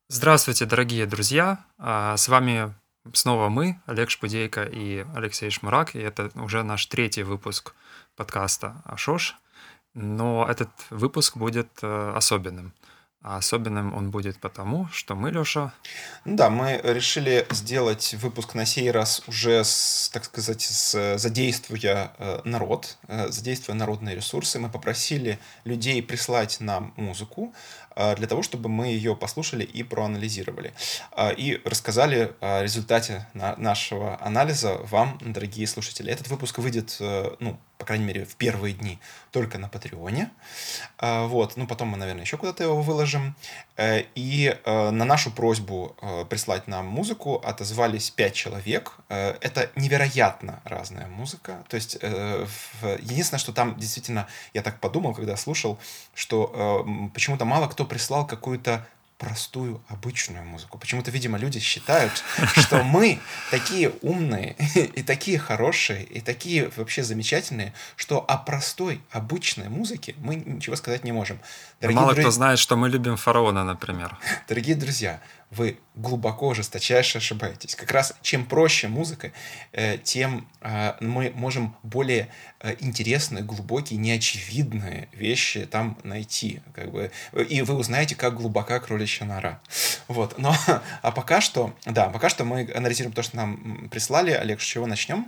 Здравствуйте, дорогие друзья! С вами снова мы, Олег Шпудейко и Алексей Шмурак, и это уже наш третий выпуск подкаста «Ашош». Но этот выпуск будет особенным. А особенным он будет потому, что мы, Лёша. Ну да, мы решили сделать выпуск на сей раз уже, так сказать, задействуя задействуя народные ресурсы. Мы попросили людей прислать нам музыку для того, чтобы мы ее послушали и проанализировали. И рассказали о результате нашего анализа вам, дорогие слушатели. Этот выпуск выйдет, ну, по крайней мере, в первые дни только на Патреоне. Вот. Ну, потом мы, наверное, еще куда-то его выложим. И на нашу просьбу прислать нам музыку отозвались 5 человек. Это невероятно разная музыка. То есть единственное, что там действительно, я так подумал, когда слушал, что почему-то мало кто прислал какую-то простую, обычную музыку. Почему-то, видимо, люди считают, что мы такие умные и такие хорошие, и такие вообще замечательные, что о простой, обычной музыке мы ничего сказать не можем. Дорогие Мало кто друзья, знает, что мы любим фараона, например. Дорогие друзья, вы глубоко, жесточайше ошибаетесь. Как раз чем проще музыка, тем мы можем более интересные, глубокие, неочевидные вещи там найти. Как бы, и вы узнаете, как глубока кроличья нора. Вот. Но, а пока что мы анализируем то, что нам прислали. Олег, с чего начнем?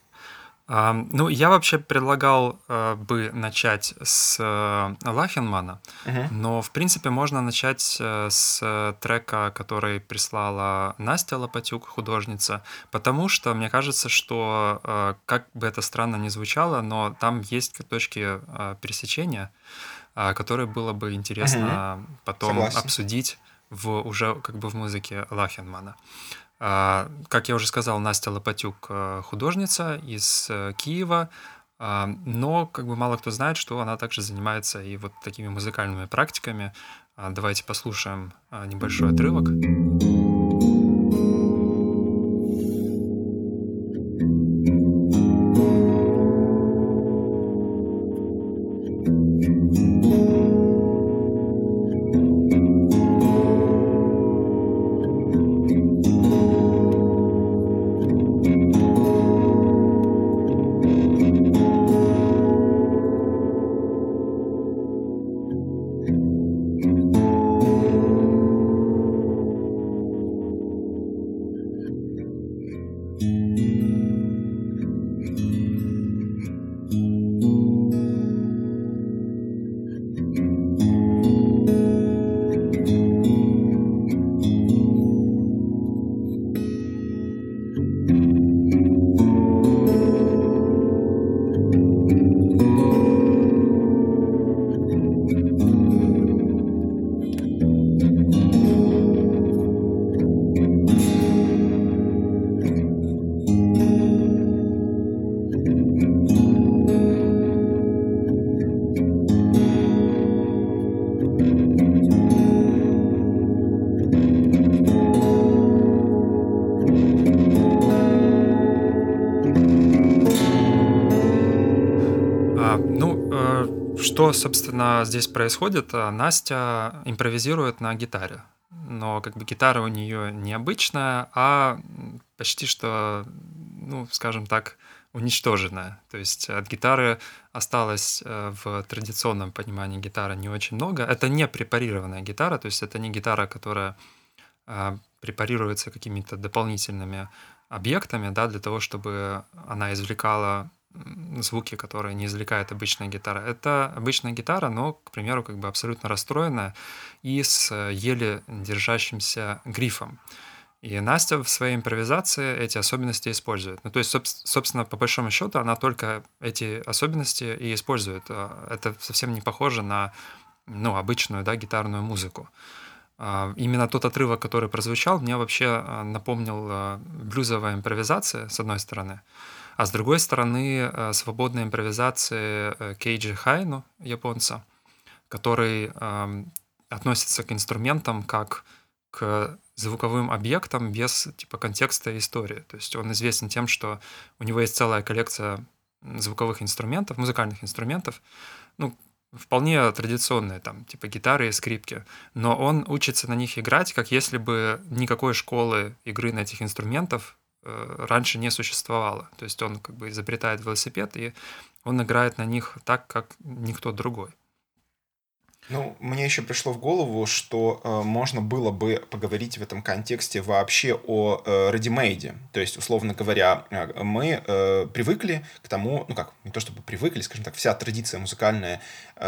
Ну, я вообще предлагал бы начать с Лахенмана, Мгм. но, в принципе, можно начать с трека, который прислала Настя Лопатюк, художница, потому что мне кажется, что, как бы это странно ни звучало, но там есть точки пересечения, которые было бы Мгм. интересно потом Согласен. обсудить уже как бы в музыке Лахенмана. Как я уже сказал, Настя Лопатюк художница из Киева, но как бы мало кто знает, что она также занимается и вот такими музыкальными практиками. Давайте послушаем небольшой отрывок. Что, собственно, здесь происходит? Настя импровизирует на гитаре, но как бы гитара у нее необычная, а почти что, ну, скажем так, уничтоженная. То есть от гитары осталось в традиционном понимании гитары не очень много. Это не препарированная гитара, то есть это не гитара, которая препарируется какими-то дополнительными объектами, да, для того, чтобы она извлекала звуки, которые не извлекает обычная гитара. Это обычная гитара, но, к примеру, как бы абсолютно расстроенная и с еле держащимся грифом. И Настя в своей импровизации эти особенности использует. Ну, то есть, собственно, по большому счету, она только эти особенности и использует. Это совсем не похоже на, ну, обычную, да, гитарную музыку. Именно тот отрывок, который прозвучал, мне вообще напомнил блюзовая импровизация, с одной стороны, а с другой стороны свободная импровизация Кейджи Хайно, японца, который относится к инструментам как к звуковым объектам без типа контекста и истории. То есть он известен тем, что у него есть целая коллекция звуковых инструментов, музыкальных инструментов, ну, вполне традиционные, там, типа гитары и скрипки, но он учится на них играть, как если бы никакой школы игры на этих инструментах раньше не существовало. То есть он как бы изобретает велосипед, и он играет на них так, как никто другой. Ну, мне еще пришло в голову, что можно было бы поговорить в этом контексте вообще о ready-made. То есть, условно говоря, мы привыкли к тому, ну как, не то чтобы привыкли, скажем так, вся традиция музыкальная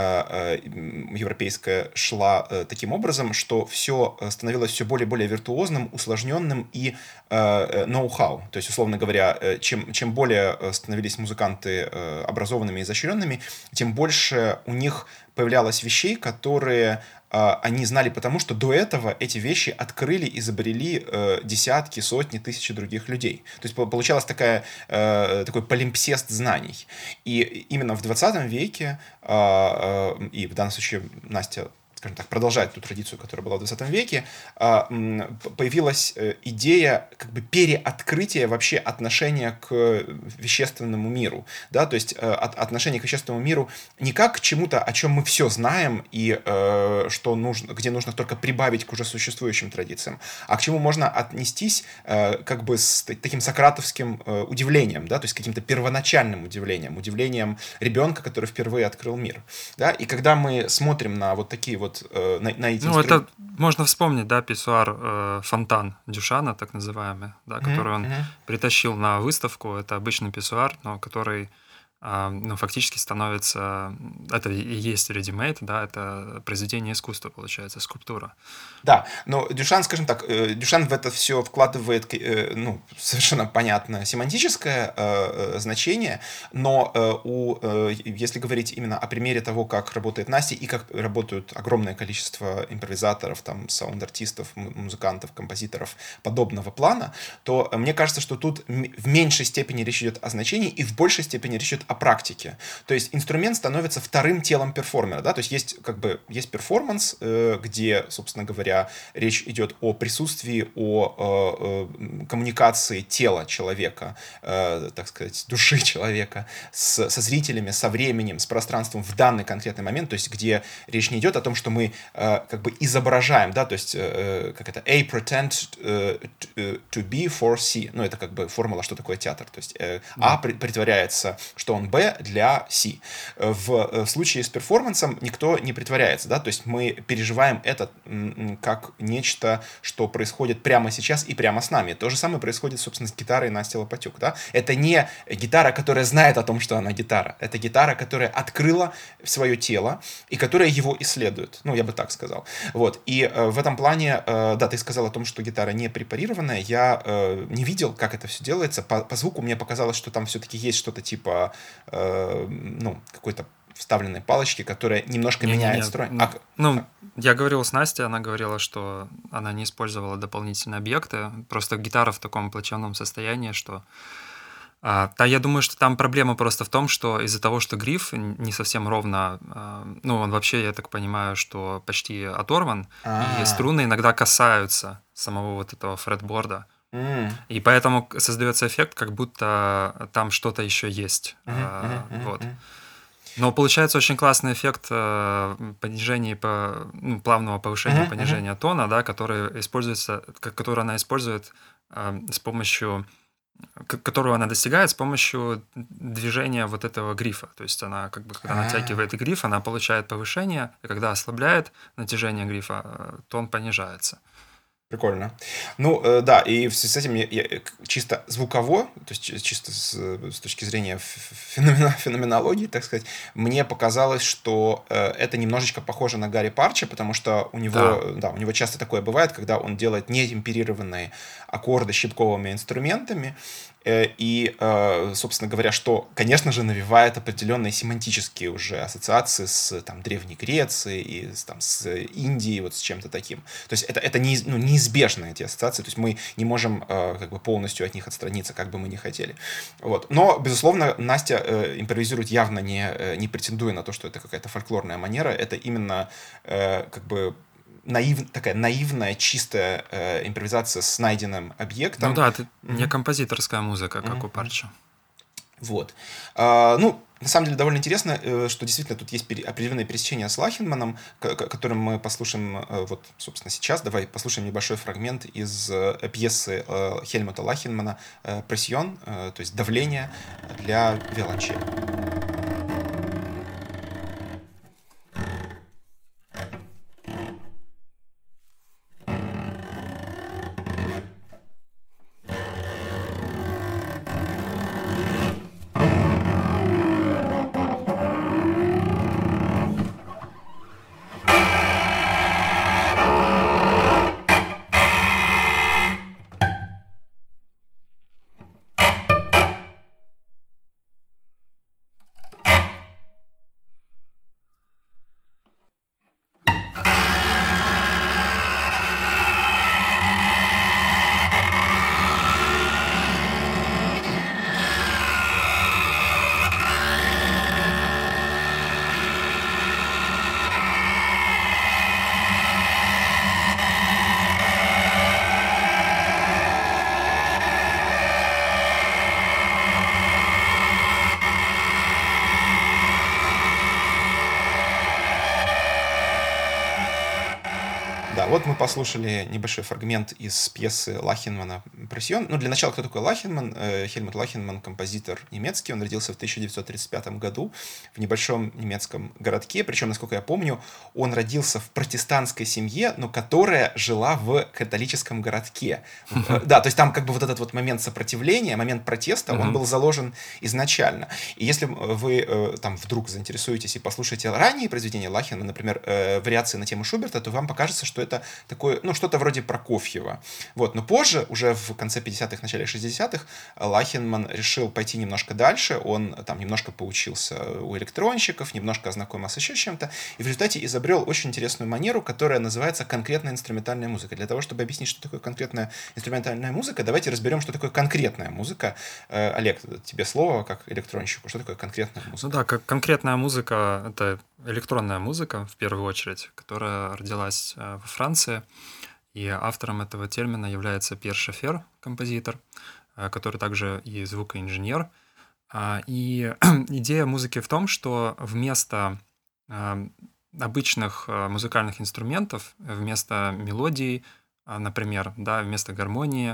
европейская шла таким образом, что все становилось все более и более виртуозным, усложненным и ноу-хау. То есть, условно говоря, чем более становились музыканты образованными и изощренными, тем больше у них появлялось вещей, которые они знали потому, что до этого эти вещи открыли, изобрели десятки, сотни, тысячи других людей. То есть получалось такой полимпсест знаний. И именно в 20 веке, и в данном случае Настя, скажем так, продолжает ту традицию, которая была в 20 веке, появилась идея как бы переоткрытия вообще отношения к вещественному миру. Да? То есть отношение к вещественному миру не как к чему-то, о чем мы все знаем и что нужно, где нужно только прибавить к уже существующим традициям, а к чему можно отнестись как бы с таким сократовским удивлением, да? То есть каким-то первоначальным удивлением ребенка, который впервые открыл мир. Да? И когда мы смотрим на вот такие вот на эти Ну, это можно вспомнить, да, писсуар фонтан Дюшана, так называемый, да, который он притащил на выставку. Это обычный писсуар, но который ну, фактически становится... Это и есть ready-made, да, это произведение искусства, получается, скульптура. Да, но Дюшан, скажем так, Дюшан в это все вкладывает, ну, совершенно понятно, семантическое значение, но если говорить именно о примере того, как работает Настя и как работают огромное количество импровизаторов, там, саунд-артистов, музыкантов, композиторов подобного плана, то мне кажется, что тут в меньшей степени речь идет о значении и в большей степени речь идет о практике. То есть инструмент становится вторым телом перформера, да, то есть есть перформанс, где, собственно говоря, речь идет о присутствии, о коммуникации тела человека, так сказать, души человека со зрителями, со временем, с пространством в данный конкретный момент, то есть где речь не идет о том, что мы как бы изображаем, да, то есть как это A pretend to be for C, ну это как бы формула, что такое театр, то есть А притворяется, что он Б для С. В случае с перформансом никто не притворяется, да, то есть мы переживаем это как нечто, что происходит прямо сейчас и прямо с нами. То же самое происходит, собственно, с гитарой Насти Лопатюк. Да? Это не гитара, которая знает о том, что она гитара. Это гитара, которая открыла свое тело и которая его исследует. Ну, я бы так сказал. Вот. И в этом плане, да, ты сказал о том, что гитара не препарированная. Я не видел, как это все делается. По звуку мне показалось, что там все-таки есть что-то типа, ну, какой-то вставленной палочки, которая немножко меняет строй. Я говорил с Настей, она говорила, что она не использовала дополнительные объекты, просто гитара в таком плачевном состоянии, что... Да, я думаю, что там проблема просто в том, что из-за того, что гриф не совсем ровно, ну, он вообще, я так понимаю, что почти оторван, и струны иногда касаются самого вот этого фретборда. И поэтому создается эффект, как будто там что-то еще есть. Вот. Но получается очень классный эффект понижения, плавного повышения понижения тона, да, который используется, который она использует с помощью, которую она достигает с помощью движения вот этого грифа. То есть она как бы, когда натягивает гриф, она получает повышение, и когда ослабляет натяжение грифа, тон понижается. Прикольно. Ну, да, и в связи с этим я чисто звуково, то есть чисто с точки зрения феноменологии, так сказать, мне показалось, что это немножечко похоже на Гарри Парча, потому что у него часто такое бывает, когда он делает нетемперированные аккорды щипковыми инструментами, и, собственно говоря, что, конечно же, навевает определенные семантические уже ассоциации с там, Древней Грецией и с Индией, вот с чем-то таким. То есть это неизбежные эти ассоциации, то есть мы не можем как бы полностью от них отстраниться, как бы мы ни хотели. Вот. Но, безусловно, Настя импровизирует явно не претендуя на то, что это какая-то фольклорная манера, это именно как бы такая наивная, чистая импровизация с найденным объектом. Ну да, это не композиторская музыка, как у Парча. Вот. Ну, На самом деле довольно интересно, что действительно тут есть определенное пересечение с Лахенманом, которым мы послушаем вот, собственно, сейчас. Давай послушаем небольшой фрагмент из пьесы Хельмута Лахенмана «Прессион», то есть «Давление для виолончели». Да, вот мы послушали небольшой фрагмент из пьесы Лахенмана «Прессион». Ну, для начала, кто такой Лахенман? Хельмут Лахенман — композитор немецкий. Он родился в 1935 году в небольшом немецком городке. Причем, насколько я помню, он родился в протестантской семье, но которая жила в католическом городке. Да, то есть там как бы вот этот вот момент сопротивления, момент протеста, он был заложен изначально. И если вы там вдруг заинтересуетесь и послушаете ранние произведения Лахенмана, например, вариации на тему Шуберта, то вам покажется, что это такое, ну, что-то вроде Прокофьева. Вот. Но позже, уже в конце 50-х, начале 60-х, Лахенман решил пойти немножко дальше. Он там немножко поучился у электронщиков, немножко ознакомился еще с чем-то, и в результате изобрел очень интересную манеру, которая называется конкретная инструментальная музыка. Для того, чтобы объяснить, что такое конкретная инструментальная музыка, давайте разберем, что такое конкретная музыка. Олег, тебе слово как электронщику. Что такое конкретная музыка? Ну да, как конкретная музыка — это электронная музыка, в первую очередь, которая родилась во Франции. И автором этого термина является Пьер Шафер, композитор, который также и звукоинженер. И идея музыки в том, что вместо обычных музыкальных инструментов, вместо мелодий, например, да, вместо гармонии,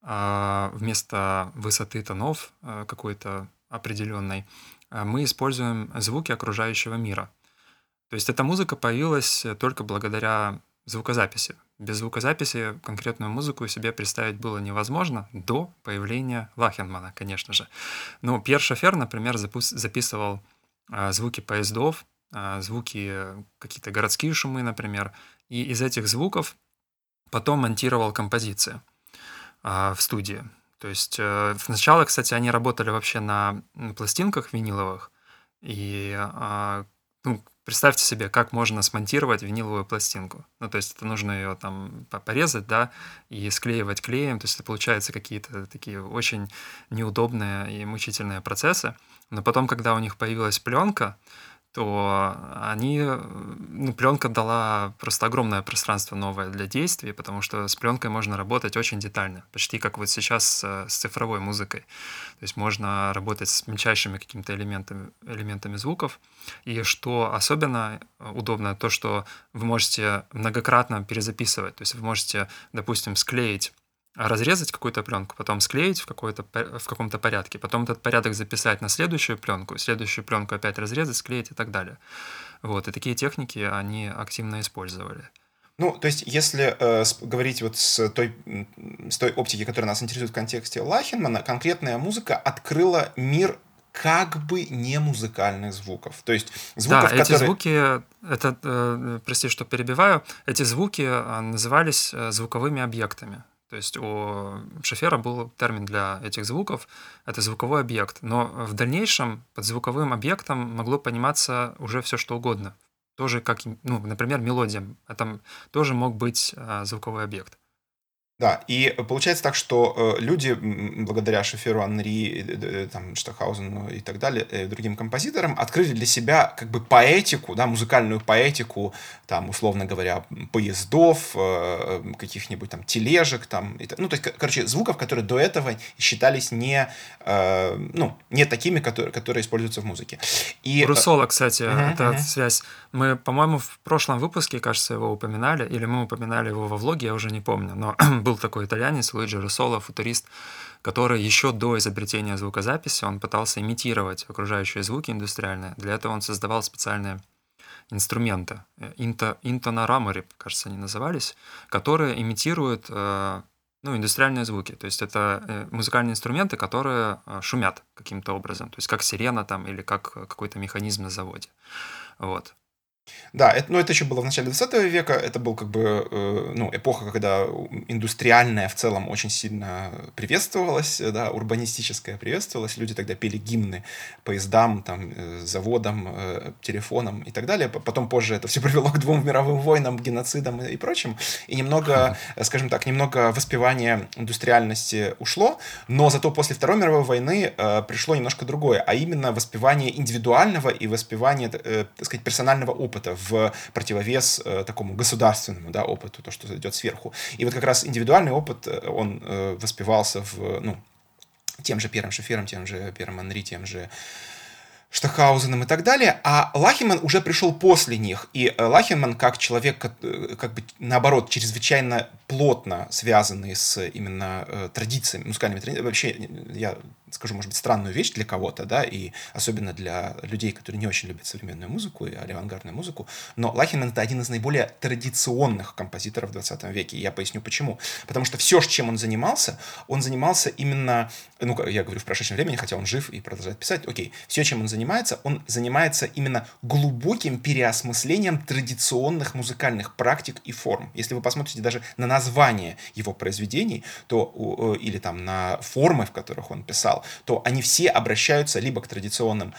вместо высоты тонов какой-то определенной, мы используем звуки окружающего мира. То есть эта музыка появилась только благодаря звукозаписи. Без звукозаписи конкретную музыку себе представить было невозможно до появления Лахенмана, конечно же. Но Пьер Шафер, например, записывал звуки поездов, звуки, какие-то городские шумы, например, и из этих звуков потом монтировал композиции в студии. То есть сначала, кстати, они работали вообще на пластинках виниловых, и ну, представьте себе, как можно смонтировать виниловую пластинку. Ну, то есть это нужно ее там порезать, да, и склеивать клеем. То есть это получаются какие-то такие очень неудобные и мучительные процессы. Но потом, когда у них появилась пленка, то пленка дала просто огромное пространство новое для действий, потому что с пленкой можно работать очень детально, почти как вот сейчас с цифровой музыкой. То есть можно работать с мельчайшими какими-то элементами звуков. И что особенно удобно, то, что вы можете многократно перезаписывать. То есть вы можете, допустим, разрезать какую-то пленку, потом склеить в каком-то порядке, потом этот порядок записать на следующую пленку опять разрезать, склеить и так далее. Вот. И такие техники они активно использовали. Ну, то есть, если говорить вот с той оптики, которая нас интересует в контексте Лахенмана, конкретная музыка открыла мир как бы не музыкальных звуков. То есть звуков, эти звуки, прости, что перебиваю, эти звуки назывались звуковыми объектами. То есть у Шафера был термин для этих звуков — это звуковой объект. Но в дальнейшем под звуковым объектом могло пониматься уже все что угодно. Тоже как, например, мелодия. Это тоже мог быть звуковой объект. Да, и получается так, что люди, благодаря Шоферу Анри, там, Штахаузену и так далее, другим композиторам, открыли для себя как бы поэтику, да, музыкальную поэтику, там, условно говоря, поездов, каких-нибудь там тележек, там, ну, то есть, короче, звуков, которые до этого считались ну, не такими, которые используются в музыке. У И... Руссола, кстати, Мгм, эта мгм. связь. Мы, по-моему, в прошлом выпуске, кажется, его упоминали, или мы упоминали его во влоге, я уже не помню, но был такой итальянец, Луиджи Руссола, футурист, который еще до изобретения звукозаписи, он пытался имитировать окружающие звуки индустриальные. Для этого он создавал специальные инструменты, интонарамори, кажется, они назывались, которые имитируют ну, индустриальные звуки. То есть это музыкальные инструменты, которые шумят каким-то образом. То есть как сирена там или как какой-то механизм на заводе. Вот. Да, но это еще было в начале 20 века, это был как бы ну, эпоха, когда индустриальная в целом очень сильно приветствовалась, да, урбанистическая приветствовалась, люди тогда пели гимны поездам, там, заводам, телефонам и так далее. Потом позже это все привело к 2 мировым войнам, геноцидам и прочим, и немного, скажем так, немного воспевания индустриальности ушло, но зато после Второй мировой войны пришло немножко другое, а именно воспевание индивидуального и воспевание, так сказать, персонального опыта в противовес такому государственному, да, опыту, то, что идет сверху. И вот как раз индивидуальный опыт, он воспевался ну, тем же Пьером Шофером, тем же Пьером Анри, тем же Штахаузеном и так далее, а Лахиман уже пришел после них, и Лахиман как человек, как бы наоборот, чрезвычайно плотно связанный с именно традициями, музыкальными традициями, вообще, я скажу, может быть, странную вещь для кого-то, да, и особенно для людей, которые не очень любят современную музыку или авангардную музыку, но Лахиман — это один из наиболее традиционных композиторов в 20 веке, и я поясню почему. Потому что все, чем он занимался именно, ну, я говорю в прошедшем времени, хотя он жив и продолжает писать, окей, все, чем он занимается именно глубоким переосмыслением традиционных музыкальных практик и форм. Если вы посмотрите даже на название его произведений, то, или там на формы, в которых он писал, то они все обращаются либо к традиционным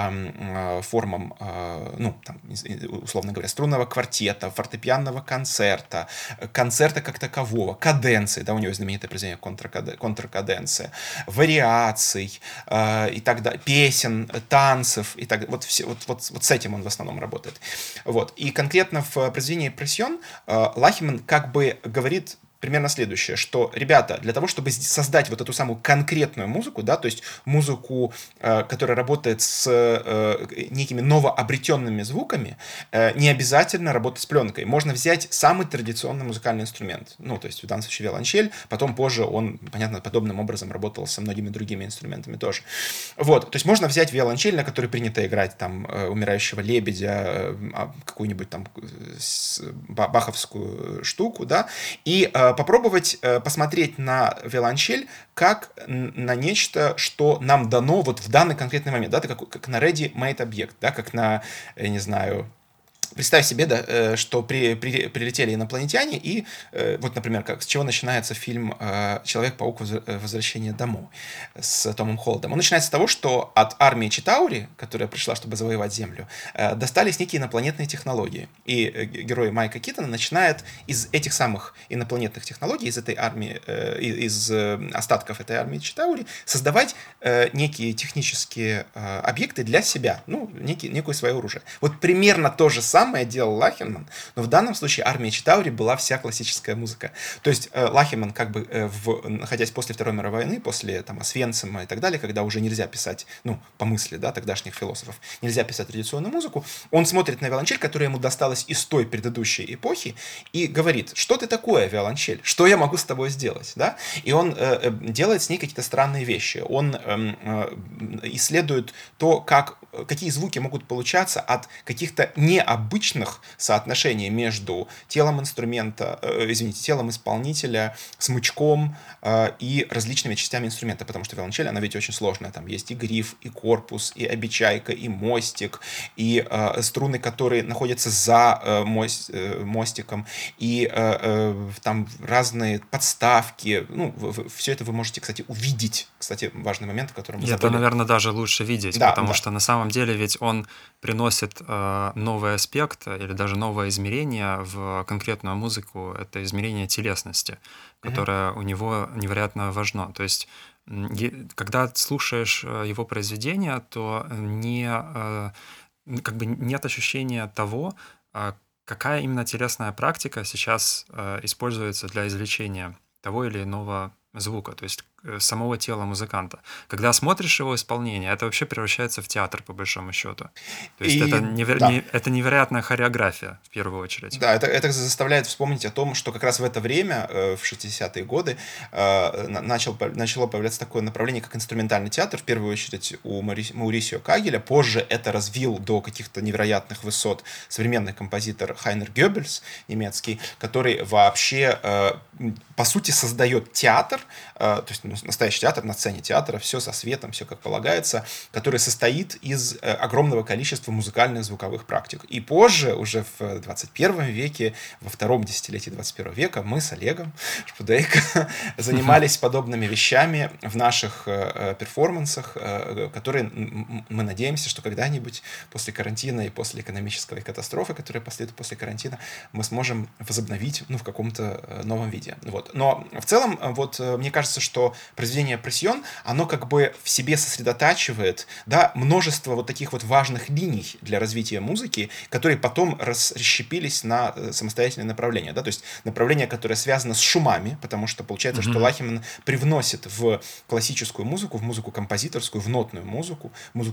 формам, ну, там, условно говоря, струнного квартета, фортепианного концерта, концерта как такового, каденции, да, у него есть знаменитое произведение контркаденция, вариаций и так далее, песен, танцев и так далее. Вот с этим он в основном работает. Вот. И конкретно в произведении «Прессион» Лахиман как бы говорит примерно следующее, что, ребята, для того, чтобы создать вот эту самую конкретную музыку, да, то есть музыку, которая работает с некими новообретенными звуками, не обязательно работать с пленкой. Можно взять самый традиционный музыкальный инструмент, ну, то есть в данном случае виолончель, потом позже он, понятно, подобным образом работал со многими другими инструментами тоже. Вот, то есть можно взять виолончель, на которой принято играть там «Умирающего лебедя», какую-нибудь там баховскую штуку, да, и попробовать посмотреть на виолончель как на нечто, что нам дано вот в данный конкретный момент, да, как на ready-made объект, да, как на, я не знаю, представь себе, да, что прилетели инопланетяне, и вот, например, с чего начинается фильм «Человек-паук. Возвращение домой» с Томом Холландом. Он начинается с того, что от армии Читаури, которая пришла, чтобы завоевать Землю, достались некие инопланетные технологии. И герой Майка Китона начинает из этих самых инопланетных технологий, из этой армии, из остатков этой армии Читаури, создавать некие технические объекты для себя, ну, некое свое оружие. Вот примерно то же самое делал Лахиман, но в данном случае армия Читаури была вся классическая музыка. То есть Лахиман, как бы находясь после Второй мировой войны, после там Освенцима и так далее, когда уже нельзя писать, ну, по мысли, да, тогдашних философов, нельзя писать традиционную музыку, он смотрит на виолончель, которая ему досталась из той предыдущей эпохи, и говорит: что ты такое, виолончель? Что я могу с тобой сделать? Да? И он делает с ней какие-то странные вещи. Он исследует то, какие звуки могут получаться от каких-то необычных соотношений между телом инструмента, телом исполнителя, смычком и различными частями инструмента, потому что виолончель, она ведь очень сложная. Там есть и гриф, и корпус, и обечайка, и мостик, и струны, которые находятся за мостиком, и там разные подставки. Ну, все это вы можете, кстати, увидеть. Кстати, важный момент, о котором мы забыли. Это, наверное, даже лучше видеть, Да, потому да. что на самом деле ведь он приносит новый аспект аспект или даже новое измерение в конкретную музыку — это измерение телесности, которое у него невероятно важно. То есть когда слушаешь его произведения, то как бы нет ощущения того, какая именно телесная практика сейчас используется для извлечения того или иного звука, то есть самого тела музыканта. Когда смотришь его исполнение, это вообще превращается в театр, по большому счету. То есть это, Да. это невероятная хореография, в первую очередь. Да, это заставляет вспомнить о том, что как раз в это время, в 60-е годы, начало появляться такое направление, как инструментальный театр, в первую очередь у Маурисио Кагеля. Позже это развил до каких-то невероятных высот современный композитор Хайнер Гёббельс, немецкий, который вообще, по сути, создает театр, то есть настоящий театр на сцене театра, все со светом, все как полагается, который состоит из огромного количества музыкальных звуковых практик. И позже, уже в 21 веке, во втором десятилетии 21 века, мы с Олегом Шпудейко занимались подобными вещами в наших перформансах, которые мы надеемся, что когда-нибудь после карантина и после экономической катастрофы, которая последует после карантина, мы сможем возобновить в каком-то новом виде. Вот. Но в целом, вот мне кажется, что произведение «Прессион», оно как бы в себе сосредотачивает, да, множество вот таких вот важных линий для развития музыки, которые потом расщепились на самостоятельные направления. Да? То есть направление, которое связано с шумами, потому что получается, что Лахиман привносит в классическую музыку, в музыку композиторскую, в нотную музыку,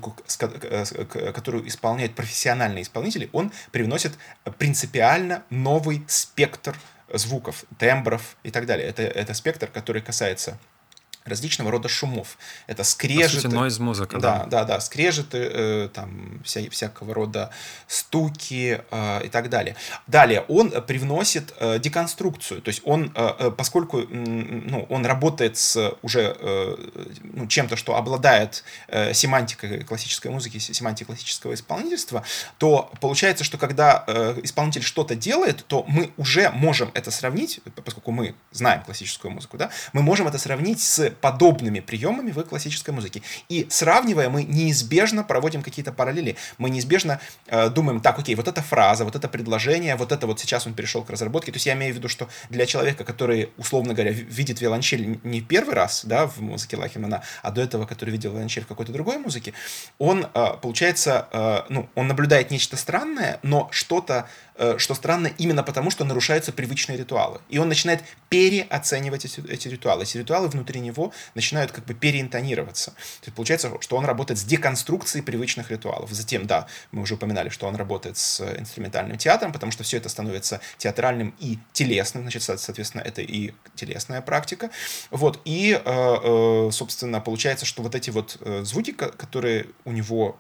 которую исполняют профессиональные исполнители, он привносит принципиально новый спектр звуков, тембров и так далее. Это спектр, который касается различного рода шумов. Это скрежеты. По сути, нойз-музыка, да, скрежеты, там, всякого рода стуки и так далее. Далее, он привносит деконструкцию. То есть он, поскольку он работает с уже чем-то, что обладает семантикой классической музыки, семантикой классического исполнительства, то получается, что когда исполнитель что-то делает, то мы уже можем это сравнить, поскольку мы знаем классическую музыку, да, мы можем это сравнить с подобными приемами в классической музыке. И сравнивая, мы неизбежно проводим какие-то параллели. Мы неизбежно думаем, так, окей, вот эта фраза, вот это предложение, вот это вот сейчас он перешел к разработке. То есть я имею в виду, что для человека, который, условно говоря, видит виолончель не первый раз, да, в музыке Лахимана, а до этого, который видел виолончель в какой-то другой музыке, он, получается, он наблюдает нечто странное, но что-то, что странно именно потому, что нарушаются привычные ритуалы. И он начинает переоценивать эти ритуалы. Эти ритуалы внутри него начинают как бы переинтонироваться. То есть получается, что он работает с деконструкцией привычных ритуалов. Затем, да, мы уже упоминали, что он работает с инструментальным театром, потому что все это становится театральным и телесным. Значит, соответственно, это и телесная практика. Вот. И, собственно, получается, что вот эти вот звуки, которые у него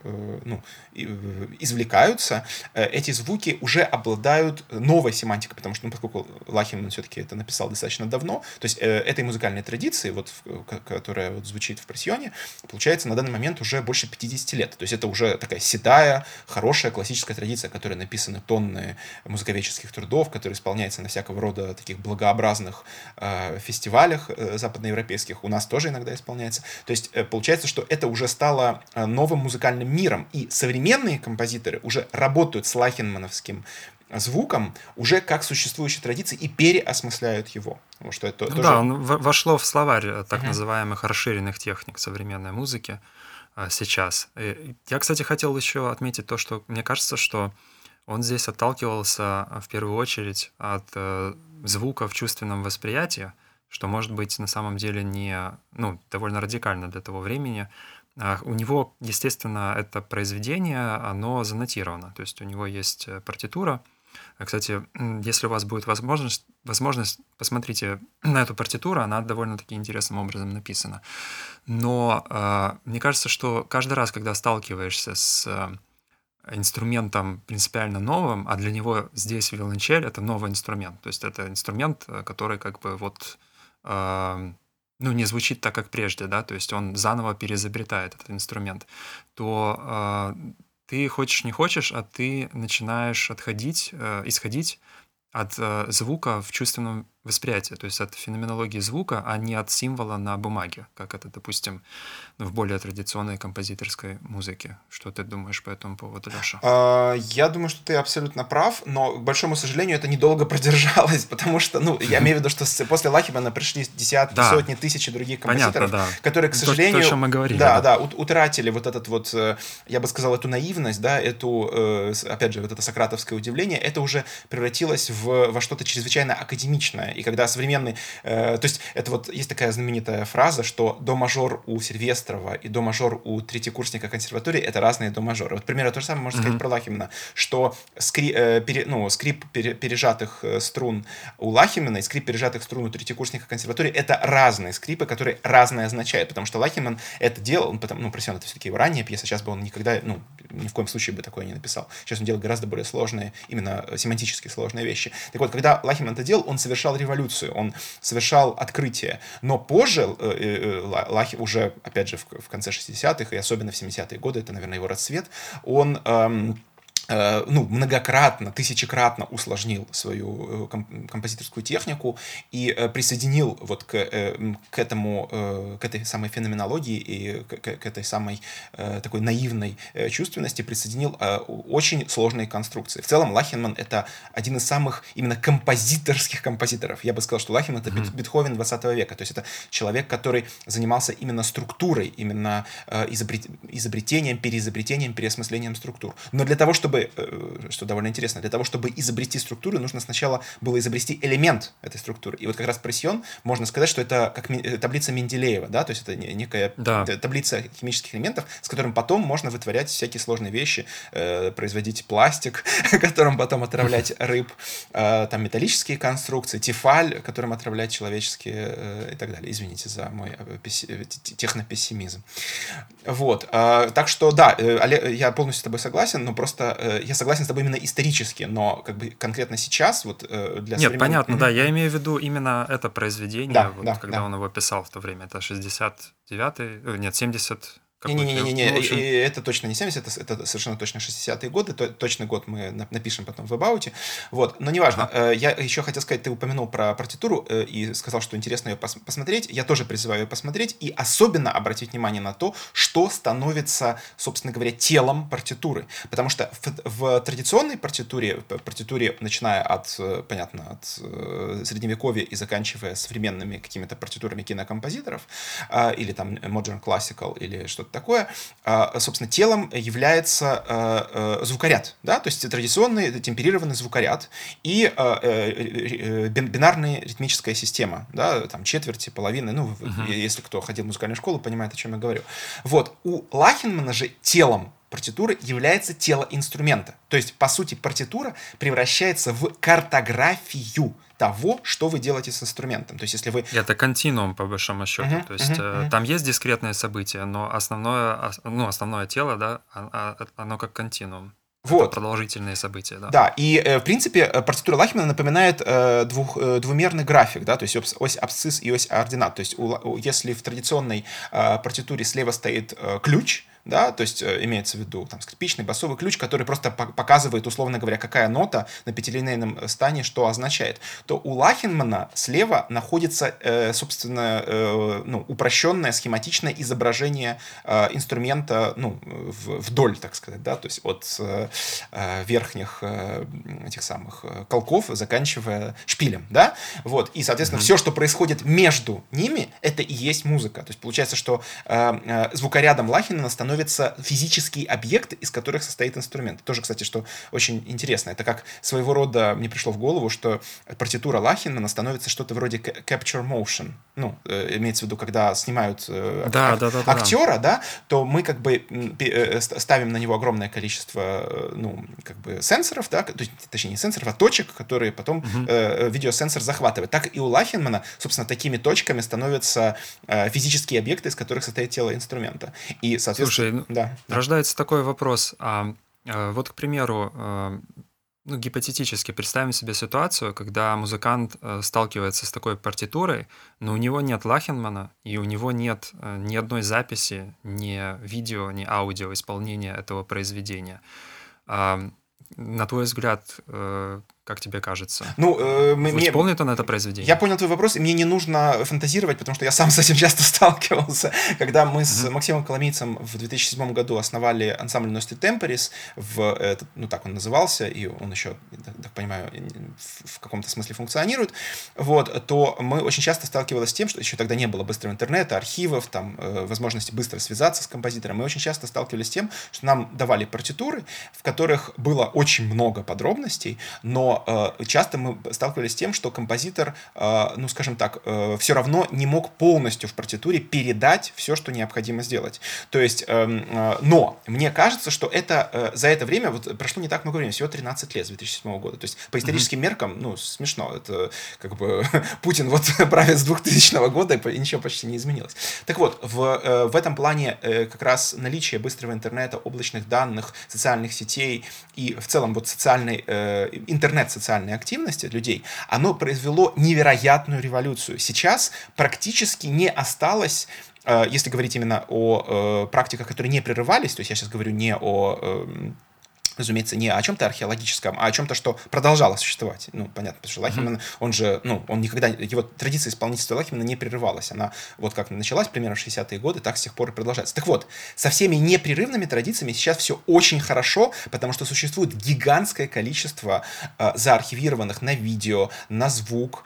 извлекаются, эти звуки уже обладают новой семантикой, потому что, поскольку Лахиман все-таки это написал достаточно давно, то есть этой музыкальной традиции, вот, которая вот звучит в «Прессионе», получается на данный момент уже больше 50 лет. То есть это уже такая седая, хорошая классическая традиция, в которой написаны тонны музыковедческих трудов, которая исполняется на всякого рода таких благообразных фестивалях западноевропейских. У нас тоже иногда исполняется. То есть получается, что это уже стало новым музыкальным миром. И современные композиторы уже работают с лахимановским звуком уже как существующей традиции и переосмысляют его. Потому что это тоже... Да, он вошло в словарь так называемых расширенных техник современной музыки сейчас. И я, кстати, хотел еще отметить то, что мне кажется, что он здесь отталкивался в первую очередь от звука в чувственном восприятии, что может быть на самом деле довольно радикально для того времени. У него, естественно, это произведение, оно занотировано, то есть у него есть партитура. Кстати, если у вас будет возможность, посмотрите на эту партитуру, она довольно-таки интересным образом написана. Но мне кажется, что каждый раз, когда сталкиваешься с инструментом принципиально новым, а для него здесь виолончель — это новый инструмент, то есть это инструмент, который как бы вот... не звучит так, как прежде, да, то есть он заново переизобретает этот инструмент, то ты хочешь не хочешь, а ты начинаешь исходить от звука в чувственном восприятия, то есть от феноменологии звука, а не от символа на бумаге, как это, допустим, в более традиционной композиторской музыке. Что ты думаешь по этому поводу, Леша? Я думаю, что ты абсолютно прав, но, к большому сожалению, это недолго продержалось, потому что, ну, я имею в виду, что после Лахимана пришли десятки, Да, сотни, тысячи других понятно, композиторов, да. которые, к То, сожалению, о чем мы говорили, да, да. да, утратили вот этот вот, я бы сказал, эту наивность, да, эту, опять же, вот это сократовское удивление, это уже превратилось во что-то чрезвычайно академичное, и когда современный, то есть это вот есть такая знаменитая фраза, что до-мажор у Сильвестрова и до-мажор у третьекурсника консерватории — это разные до-мажоры. Вот примерно то же самое можно сказать Мгм. про Лахимана, что скрип пережатых струн у Лахимана и скрип пережатых струн у третьекурсника консерватории — это разные скрипы, которые разные означают, потому что Лахиман это делал, ну, «Просион» — это все-таки его ранняя пьеса, сейчас бы он никогда, ну, ни в коем случае бы такое не написал. Сейчас он делает гораздо более сложные, именно семантически сложные вещи. Так вот, когда Лахиман это делал, он совершал революцию, он совершал открытие. Но позже уже, опять же, в конце 60-х и особенно в 70-е годы, это, наверное, его расцвет, он ну, многократно, тысячекратно усложнил свою композиторскую технику и присоединил вот к этому, к этой самой феноменологии и к этой самой такой наивной чувственности присоединил очень сложные конструкции. В целом Лахинман — это один из самых именно композиторских композиторов. Я бы сказал, что Лахинман — это Бетховен 20 века. То есть это человек, который занимался именно структурой, именно изобретением, переизобретением, переосмыслением структур. Но для того, чтобы, что довольно интересно, для того, чтобы изобрести структуру, нужно сначала было изобрести элемент этой структуры. И вот как раз Пресьон, можно сказать, что это как таблица Менделеева, да, то есть это некая Да. таблица химических элементов, с которым потом можно вытворять всякие сложные вещи, производить пластик, которым потом отравлять рыб, там металлические конструкции, тефаль, которым отравлять человеческие и так далее. Извините за мой технопессимизм. Вот. Так что, да, я полностью с тобой согласен, но просто я согласен с тобой именно исторически, но как бы конкретно сейчас вот для Нет, современных... понятно, да. Я имею в виду именно это произведение, Да, вот да, когда да. он его писал в то время. Это 69-й, нет, 70 какой-то. Не-не-не-не, Ну, в общем, это точно не 70, это совершенно точно 60-е годы, точный год мы напишем потом в Эбауте, вот, но неважно. ага. Я еще хотел сказать, ты упомянул про партитуру и сказал, что интересно ее посмотреть, я тоже призываю ее посмотреть и особенно обратить внимание на то, что становится, собственно говоря, телом партитуры, потому что в традиционной партитуре, начиная от, понятно, от средневековья и заканчивая современными какими-то партитурами кинокомпозиторов, или там Modern Classical, или что-то такое, собственно, телом является звукоряд, да, то есть традиционный темперированный звукоряд и бинарная ритмическая система, да, там четверти, половины, ну, если кто ходил в музыкальную школу, понимает, о чем я говорю. Вот, у Лахинмана же телом партитуры является тело инструмента. То есть, по сути, партитура превращается в картографию того, что вы делаете с инструментом. То есть, если вы... Это континуум, по большому счету. То есть там есть дискретные события, но основное тело, да, оно как континуум. Это Вот. продолжительные события, да. Да, и в принципе партитура Лахмана напоминает двумерный график, да, то есть ось абсцисс и ось ординат. То есть если в традиционной партитуре слева стоит ключ, да, то есть имеется в виду там скрипичный басовый ключ, который просто показывает, условно говоря, какая нота на пятилинейном стане что означает, то у Лахинмана слева находится, собственно, ну, упрощенное схематичное изображение инструмента, ну, вдоль, так сказать, да, то есть от верхних этих самых колков, заканчивая шпилем, да, вот, и, соответственно, все, что происходит между ними, это и есть музыка, то есть получается, что звукорядом Лахинмана становятся физические объекты, из которых состоит инструмент. Тоже, кстати, что очень интересно. Это как своего рода, мне пришло в голову, что партитура Лахинмана становится что-то вроде capture motion. Ну, имеется в виду, когда снимают актера, да, то мы как бы ставим на него огромное количество, ну, как бы сенсоров, да, точнее, не сенсоров, а точек, которые потом видеосенсор захватывает. Так и у Лахинмана, собственно, такими точками становятся физические объекты, из которых состоит тело инструмента. И, соответственно, Слушай, рождается такой вопрос. Вот, к примеру, ну, гипотетически представим себе ситуацию, когда музыкант сталкивается с такой партитурой, но у него нет Лахинмана, и у него нет ни одной записи, ни видео, ни аудио исполнения этого произведения. На твой взгляд, Как тебе кажется? Ну, Исполнит он это произведение? Я понял твой вопрос, и мне не нужно фантазировать, потому что я сам с этим часто сталкивался. Когда мы с Максимом Коломийцем в 2007 году основали ансамбль Nostri Temporis, ну так он назывался, и он еще, так понимаю, в каком-то смысле функционирует, вот, то мы очень часто сталкивались с тем, что еще тогда не было быстрого интернета, архивов, там, возможности быстро связаться с композитором. Мы очень часто сталкивались с тем, что нам давали партитуры, в которых было очень много подробностей, но часто мы сталкивались с тем, что композитор, ну, скажем так, все равно не мог полностью в партитуре передать все, что необходимо сделать. То есть, но мне кажется, что это за это время, вот прошло не так много времени, всего 13 лет с 2007 года. То есть, по историческим меркам, ну, смешно. Это как бы Путин вот правит с 2000 года, и ничего почти не изменилось. Так вот, в этом плане как раз наличие быстрого интернета, облачных данных, социальных сетей и в целом вот интернет-социальной активности людей, оно произвело невероятную революцию. Сейчас практически не осталось, если говорить именно о практиках, которые не прерывались, то есть я сейчас говорю не о разумеется, не о чем-то археологическом, а о чем-то, что продолжало существовать. Ну, понятно, потому что Лахиман, он же, ну, он никогда, его традиция исполнительства Лахимана не прерывалась. Она вот как началась примерно в 60-е годы, так с тех пор и продолжается. Так вот, со всеми непрерывными традициями сейчас все очень хорошо, потому что существует гигантское количество заархивированных на видео, на звук,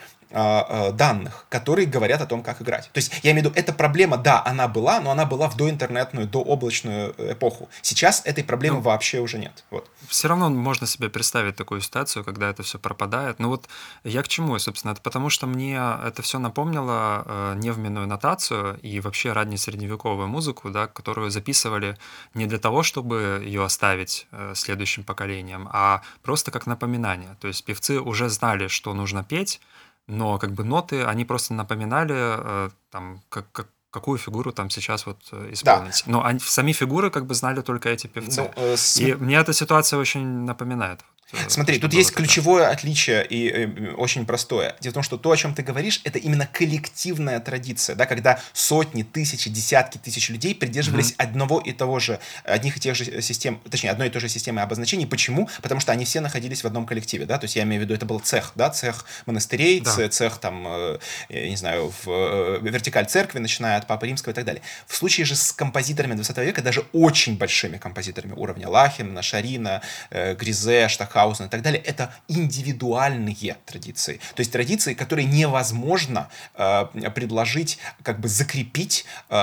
данных, которые говорят о том, как играть. То есть, я имею в виду, эта проблема, да, она была, но она была в доинтернетную, дооблачную эпоху. Сейчас этой проблемы вообще уже нет. Вот. Все равно можно себе представить такую ситуацию, когда это все пропадает. Ну вот я к чему, собственно? Это потому, что мне это все напомнило невменную нотацию и вообще раннесредневековую музыку, да, которую записывали не для того, чтобы ее оставить следующим поколениям, а просто как напоминание. То есть певцы уже знали, что нужно петь, но как бы ноты, они просто напоминали там, какую фигуру там сейчас вот исполнить. Да. Но сами фигуры как бы знали только эти певцы. Ну, и мне эта ситуация очень напоминает. Смотри, тут есть ключевое отличие и очень простое. Дело в том, что то, о чем ты говоришь, это именно коллективная традиция, да, когда сотни, тысячи, десятки тысяч людей придерживались одного и того же, одних и тех же систем, точнее, одной и той же системы обозначений. Почему? Потому что они все находились в одном коллективе, да, то есть я имею в виду, это был цех, да, цех монастырей, да. Цех там, я не знаю, вертикаль церкви, начиная от Папы Римского и так далее. В случае же с композиторами 20 века, даже очень большими композиторами уровня Лахина, Шарина, Гризе, Штахаузена и так далее, это индивидуальные традиции. То есть традиции, которые невозможно предложить, как бы закрепить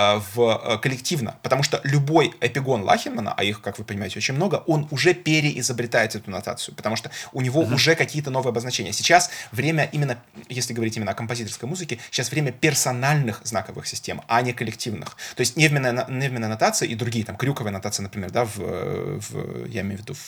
коллективно. Потому что любой эпигон Лахимана, а их, как вы понимаете, очень много, он уже переизобретает эту нотацию, потому что у него уже какие-то новые обозначения. Сейчас время именно, если говорить именно о композиторской музыке, сейчас время персональных знаковых систем, а не коллективных. То есть невменная нотация и другие, там, крюковая нотация, например, да, я имею в виду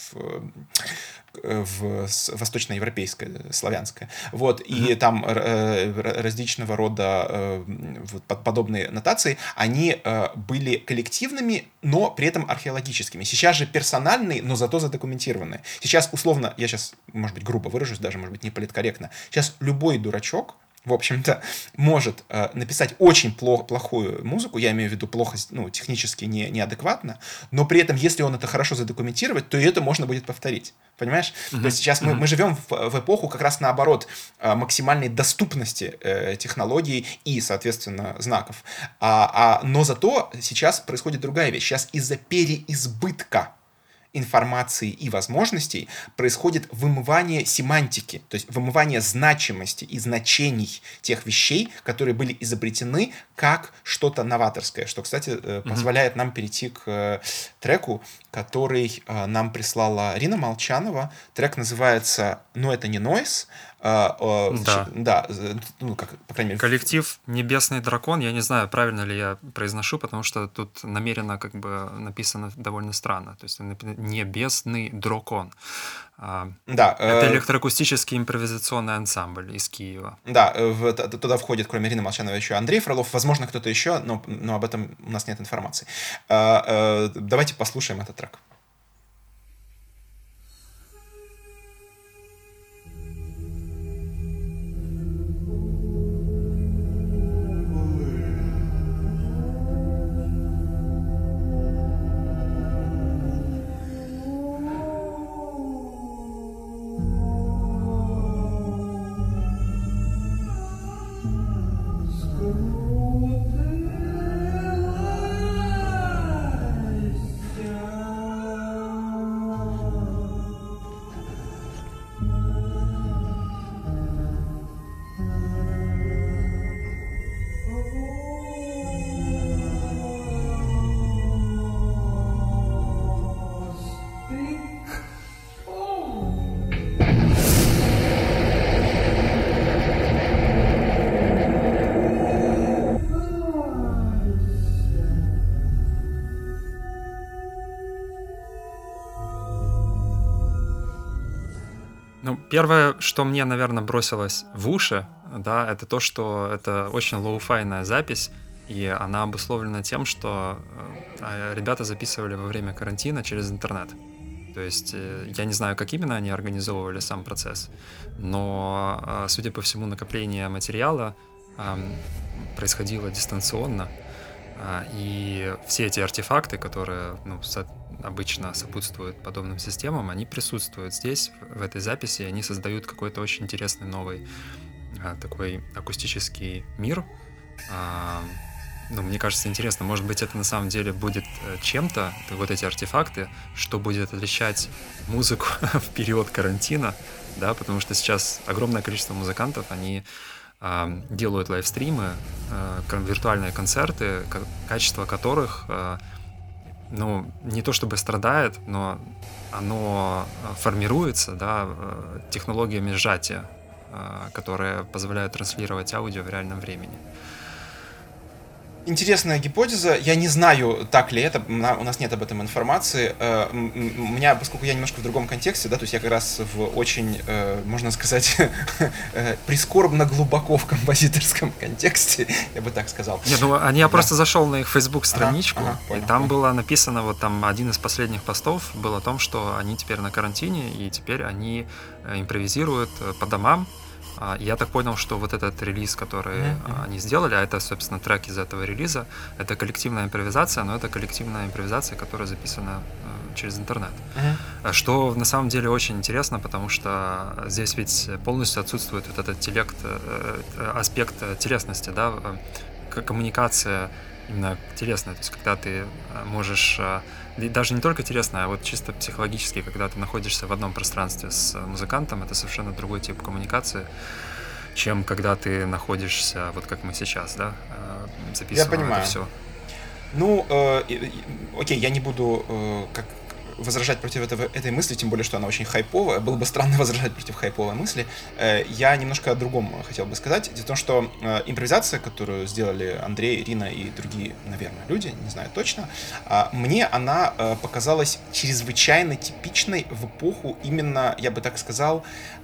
в восточноевропейская, славянская. Вот, и там различного рода подобные нотации, они были коллективными, но при этом археологическими. Сейчас же персональные, но зато задокументированные. Сейчас, условно, я сейчас, может быть, грубо выражусь, даже, может быть, не политкорректно, сейчас любой дурачок, в общем-то, может написать очень плохую музыку, я имею в виду плохо, ну, технически неадекватно, но при этом, если он это хорошо задокументировать, то и это можно будет повторить. Понимаешь? То есть сейчас мы живем в эпоху как раз наоборот максимальной доступности технологий и, соответственно, знаков. Но зато сейчас происходит другая вещь. Сейчас из-за переизбытка информации и возможностей происходит вымывание семантики, то есть вымывание значимости и значений тех вещей, которые были изобретены как что-то новаторское, что, кстати, позволяет нам перейти к треку, который нам прислала Рина Молчанова. Трек называется «Но это не нойз». Да, ну, как, по крайней мере... Коллектив «Небесный дракон», я не знаю, правильно ли я произношу, потому что тут намеренно как бы написано довольно странно, то есть «Небесный дракон». Да, это электроакустический импровизационный ансамбль из Киева. Да, туда входит, кроме Ирины Молчановой, еще Андрей Фролов, возможно, кто-то еще, но об этом у нас нет информации. Давайте послушаем этот трек. Ну, первое, что мне, наверное, бросилось в уши, да, это то, что это очень лоу-файная запись, и она обусловлена тем, что ребята записывали во время карантина через интернет. То есть я не знаю, как именно они организовывали сам процесс, но, судя по всему, накопление материала происходило дистанционно, и все эти артефакты, которые обычно сопутствуют подобным системам, они присутствуют здесь, в этой записи, и они создают какой-то очень интересный новый такой акустический мир. Мне кажется, интересно, может быть, это на самом деле будет чем-то, вот эти артефакты, что будет отличать музыку в период карантина, да, потому что сейчас огромное количество музыкантов, они делают лайвстримы, виртуальные концерты, качество которых, не то чтобы страдает, но оно формируется, да, технологиями сжатия, которые позволяют транслировать аудио в реальном времени. Интересная гипотеза. Я не знаю, так ли это, у нас нет об этом информации. У меня, поскольку я немножко в другом контексте, да, то есть я как раз в очень, можно сказать, прискорбно глубоко в композиторском контексте, я бы так сказал. Нет, я просто зашел на их Facebook-страничку, понял, и там было написано, вот там один из последних постов был о том, что они теперь на карантине, и теперь они импровизируют по домам. Я так понял, что вот этот релиз, который они сделали, а это, собственно, трек из этого релиза, это коллективная импровизация, но это коллективная импровизация, которая записана через интернет. Что на самом деле очень интересно, потому что здесь ведь полностью отсутствует вот этот аспект телесности, да, коммуникация именно телесная, то есть когда ты можешь, даже не только телесная, а вот чисто психологически, когда ты находишься в одном пространстве с музыкантом, это совершенно другой тип коммуникации, чем когда ты находишься, вот как мы сейчас, да, записываем это все. Окей, я не буду возражать против этой мысли, тем более, что она очень хайповая. Было бы странно возражать против хайповой мысли. Я немножко о другом хотел бы сказать. Дело в том, что импровизация, которую сделали Андрей, Ирина и другие, наверное, люди, не знаю точно, мне она показалась чрезвычайно типичной в эпоху именно, я бы так сказал,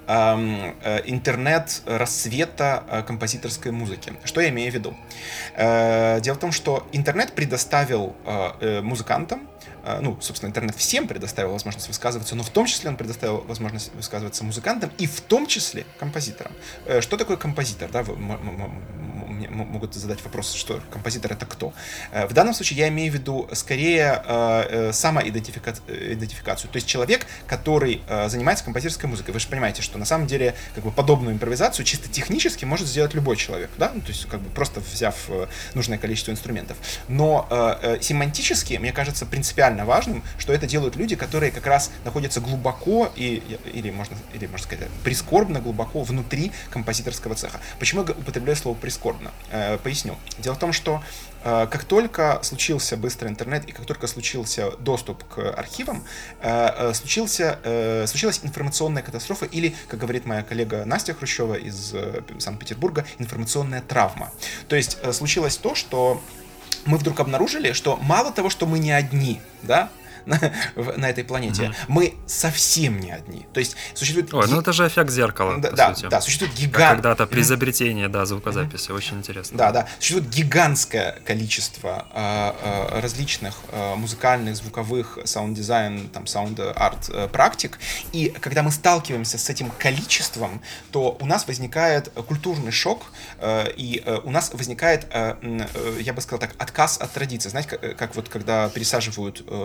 интернет-расцвета композиторской музыки. Что я имею в виду? Дело в том, что интернет предоставил музыкантам, собственно, интернет всем предоставил возможность высказываться, но в том числе он предоставил возможность высказываться музыкантам и в том числе композиторам. Что такое композитор? Да, могут задать вопрос, что композитор — это кто? В данном случае я имею в виду скорее самоидентификацию. То есть человек, который занимается композиторской музыкой. Вы же понимаете, что на самом деле подобную импровизацию чисто технически может сделать любой человек, да? То есть просто взяв нужное количество инструментов. Но семантически, мне кажется, принципиально важным, что это делают люди, которые как раз находятся глубоко или можно сказать, прискорбно глубоко внутри композиторского цеха. Почему я употребляю слово прискорбно? Поясню. Дело в том, что как только случился быстрый интернет и как только случился доступ к архивам, случилась информационная катастрофа или, как говорит моя коллега Настя Хрущева из Санкт-Петербурга, информационная травма. То есть случилось то, что мы вдруг обнаружили, что мало того, что мы не одни, да, на этой планете, мы совсем не одни. То есть существует... это же эффект зеркала, по сути. Да, существует когда-то при изобретении, звукозаписи, очень интересно. Да. Существует гигантское количество различных музыкальных, звуковых, саунд-дизайн, саунд-арт практик, и когда мы сталкиваемся с этим количеством, то у нас возникает культурный шок, и у нас возникает, я бы сказал так, отказ от традиции. Знаете, как когда пересаживают органы,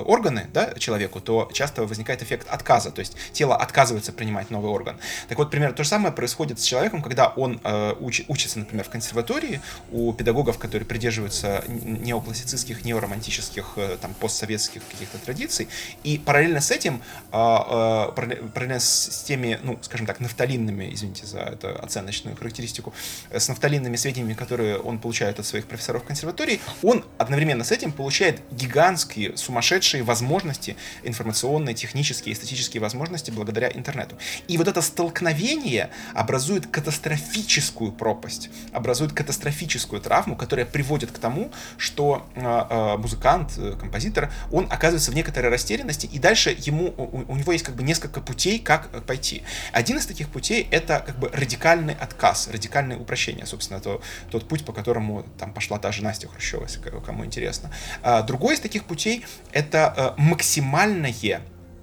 да, человеку, то часто возникает эффект отказа, то есть тело отказывается принимать новый орган. Так вот, примерно то же самое происходит с человеком, когда он учится, например, в консерватории у педагогов, которые придерживаются неоклассицистских, неоромантических, там, постсоветских каких-то традиций, и параллельно с этим, параллельно с теми, ну, скажем так, нафталинными, извините за эту оценочную характеристику, с нафталинными сведениями, которые он получает от своих профессоров консерватории, он одновременно с этим получает гигантские, сумасшедшие возможности, информационные, технические, эстетические возможности благодаря интернету. И вот это столкновение образует катастрофическую пропасть, образует катастрофическую травму, которая приводит к тому, что музыкант, композитор, он оказывается в некоторой растерянности, и дальше у него есть как бы несколько путей, как пойти. Один из таких путей — это как бы радикальный отказ, радикальное упрощение, собственно, тот путь, по которому там пошла та же Настя Хрущева, если кому интересно. Другой из таких путей — это максимальное, я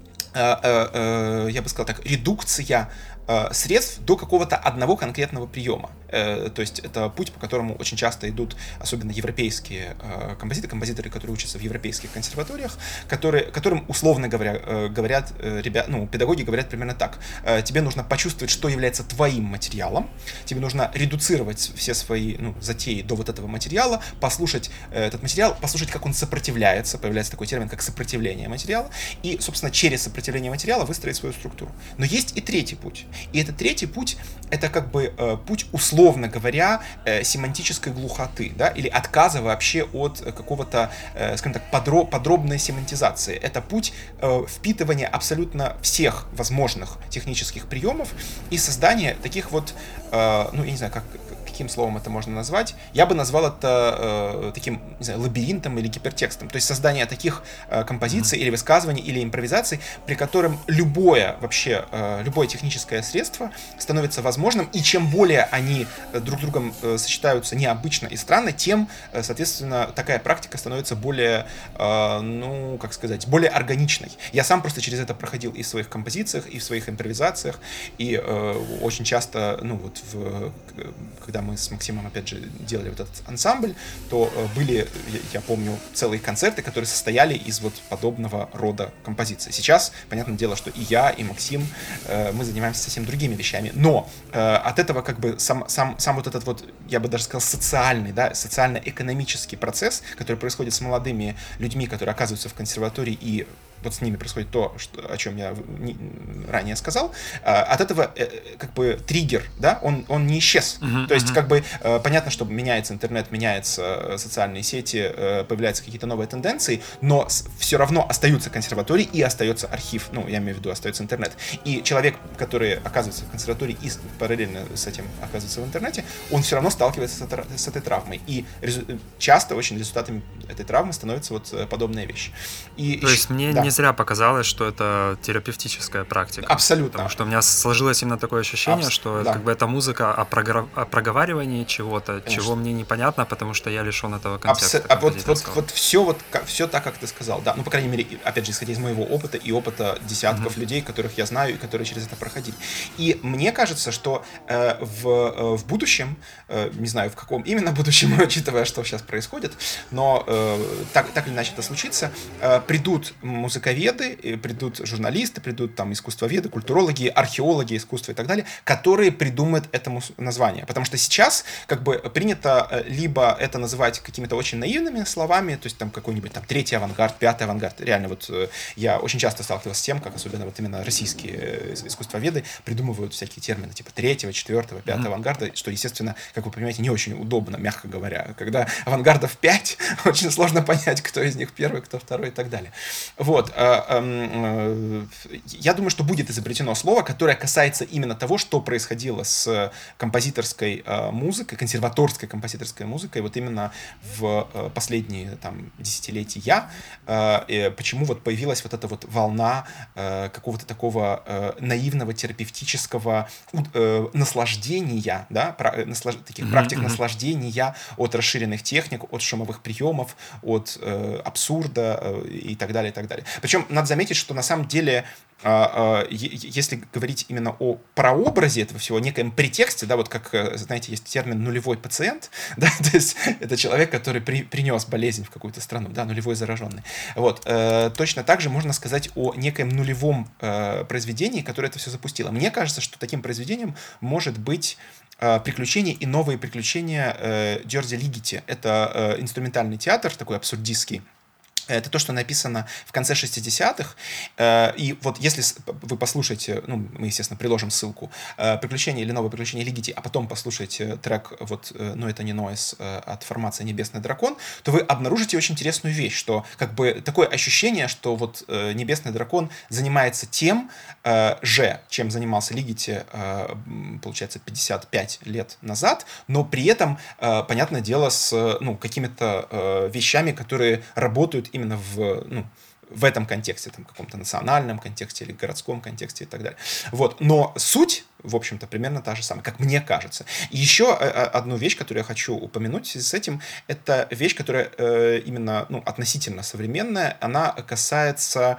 бы сказал так, редукция средств до какого-то одного конкретного приема. То есть это путь, по которому очень часто идут, особенно европейские композиторы, которые учатся в европейских консерваториях, которым, условно говоря, говорят педагоги говорят примерно так: тебе нужно почувствовать, что является твоим материалом, тебе нужно редуцировать все свои затеи до вот этого материала, послушать этот материал, послушать, как он сопротивляется, появляется такой термин, как сопротивление материала, и, собственно, через сопротивление материала выстроить свою структуру. Но есть и третий путь. И этот третий путь — это как бы путь, условно говоря, семантической глухоты, да, или отказа вообще от какого-то, скажем так, подробной семантизации. Это путь впитывания абсолютно всех возможных технических приемов и создания таких вот, я не знаю, каким словом это можно назвать, я бы назвал это таким, не знаю, лабиринтом или гипертекстом. То есть создание таких композиций или высказываний, или импровизаций, при котором любое техническое средство становится возможным, и чем более они друг с другом сочетаются необычно и странно, тем, соответственно, такая практика становится более, более органичной. Я сам просто через это проходил и в своих композициях, и в своих импровизациях, и очень часто, когда мы с Максимом, опять же, делали вот этот ансамбль, то были, я помню, целые концерты, которые состояли из вот подобного рода композиций. Сейчас, понятное дело, что и я, и Максим, мы занимаемся совсем другими вещами, но от этого как бы сам вот этот вот, я бы даже сказал, социальный, да, социально-экономический процесс, который происходит с молодыми людьми, которые оказываются в консерватории, и вот с ними происходит то, о чем я ранее сказал, от этого как бы триггер, да, он не исчез. То есть как бы понятно, что меняется интернет, меняются социальные сети, появляются какие-то новые тенденции, но все равно остаются консерватории и остается архив, я имею в виду, остается интернет. И человек, который оказывается в консерватории и параллельно с этим оказывается в интернете, он все равно сталкивается с этой травмой. И часто очень результатами этой травмы становятся вот подобные вещи. То есть мне не зря показалось, что это терапевтическая практика. Абсолютно. Потому что у меня сложилось именно такое ощущение, что как бы это музыка о проговаривании чего-то, конечно, чего мне непонятно, потому что я лишен этого контекста. Все так, как ты сказал. Да. По крайней мере, опять же, исходя из моего опыта и опыта десятков людей, которых я знаю и которые через это проходили. И мне кажется, что в будущем, не знаю, в каком именно будущем, учитывая, что сейчас происходит, но так или иначе это случится, придут музыковеды, придут журналисты, придут там искусствоведы, культурологи, археологи искусства и так далее, которые придумают этому название. Потому что сейчас как бы принято либо это называть какими-то очень наивными словами, то есть там какой-нибудь там третий авангард, пятый авангард. Реально вот я очень часто сталкивался с тем, как особенно вот именно российские искусствоведы придумывают всякие термины типа третьего, четвертого, пятого авангарда, что, естественно, как вы понимаете, не очень удобно, мягко говоря. Когда авангардов 5, очень сложно понять, кто из них первый, кто второй и так далее. Вот. Я думаю, что будет изобретено слово, которое касается именно того, что происходило с композиторской музыкой, консерваторской композиторской музыкой, вот именно в последние там десятилетия, почему вот появилась вот эта вот волна какого-то такого наивного терапевтического наслаждения, да, таких практик наслаждения от расширенных техник, от шумовых приемов, от абсурда и так далее, и так далее. Причем надо заметить, что на самом деле если говорить именно о прообразе этого всего, некоем претексте, да, вот как, знаете, есть термин «нулевой пациент», да, то есть это человек, который принес болезнь в какую-то страну, да, нулевой зараженный. Вот, точно так же можно сказать о некоем нулевом произведении, которое это все запустило. Мне кажется, что таким произведением может быть «Приключения и новые приключения Дёрзи Лигити». Это инструментальный театр, такой абсурдистский. Это то, что написано в конце 60-х. И вот если вы послушаете, ну, мы, естественно, приложим ссылку, «Приключения» или «Новые приключения Лигити», а потом послушаете трек вот «Но это не Нойз» от формации «Небесный дракон», то вы обнаружите очень интересную вещь, что как бы такое ощущение, что вот «Небесный дракон» занимается тем же, чем занимался Лигити, получается, 55 лет назад, но при этом, понятное дело, с какими-то вещами, которые работают именно в этом контексте, там, каком-то национальном контексте или городском контексте и так далее. Вот. Но суть, в общем-то, примерно та же самая, как мне кажется. И еще одну вещь, которую я хочу упомянуть в связи с этим, это вещь, которая именно относительно современная, она касается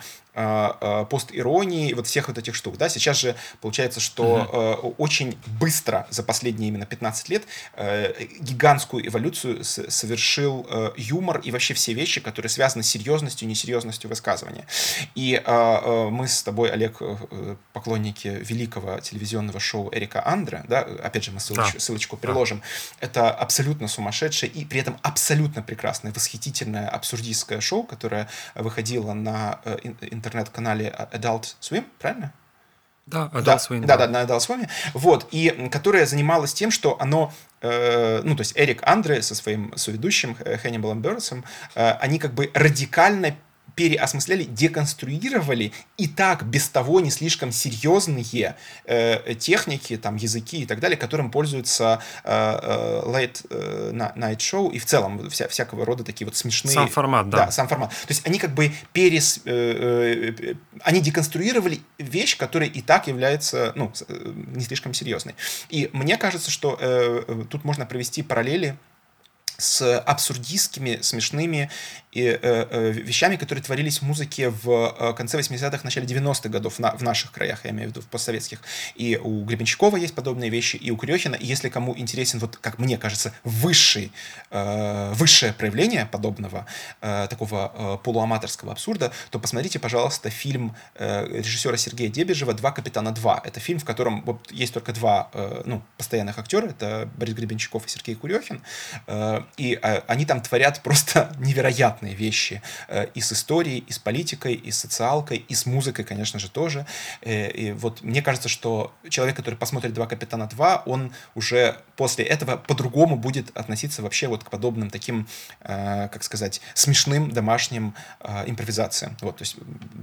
постиронии, вот всех вот этих штук. Да? Сейчас же получается, что очень быстро за последние именно 15 лет гигантскую эволюцию совершил юмор и вообще все вещи, которые связаны с серьезностью и несерьезностью высказывания. И мы с тобой, Олег, поклонники великого телевизионного шоу Эрика Андре, да? Опять же, мы ссылочку приложим. Это абсолютно сумасшедшее и при этом абсолютно прекрасное, восхитительное абсурдистское шоу, которое выходило на интернет-канале Adult Swim, правильно? Да, Adult Swim. Да, на Adult Swim. Вот, и которая занималась тем, что оно, то есть Эрик Андре со своим соведущим Хэннибалом Бёрнсом, они как бы радикально переосмысляли, деконструировали и так без того не слишком серьезные техники, там, языки и так далее, которым пользуются Late Night Show и в целом всякого рода такие вот смешные... Сам формат, да. Да, сам формат. То есть они как бы они деконструировали вещь, которая и так является не слишком серьезной. И мне кажется, что тут можно провести параллели с абсурдистскими, смешными вещами, которые творились в музыке в конце 80-х, начале 90-х годов в наших краях, я имею в виду, в постсоветских. И у Гребенщикова есть подобные вещи, и у Курехина. И если кому интересен, вот как мне кажется, высшее проявление подобного такого полуаматорского абсурда, то посмотрите, пожалуйста, фильм режиссера Сергея Дебежева «Два капитана 2». Это фильм, в котором вот есть только два постоянных актера, это Борис Гребенщиков и Сергей Курехин. И они там творят просто невероятные вещи и с историей, и с политикой, и с социалкой, и с музыкой, конечно же, тоже. И вот мне кажется, что человек, который посмотрит «Два капитана 2», он уже после этого по-другому будет относиться вообще вот к подобным таким, как сказать, смешным домашним импровизациям. Вот, то есть,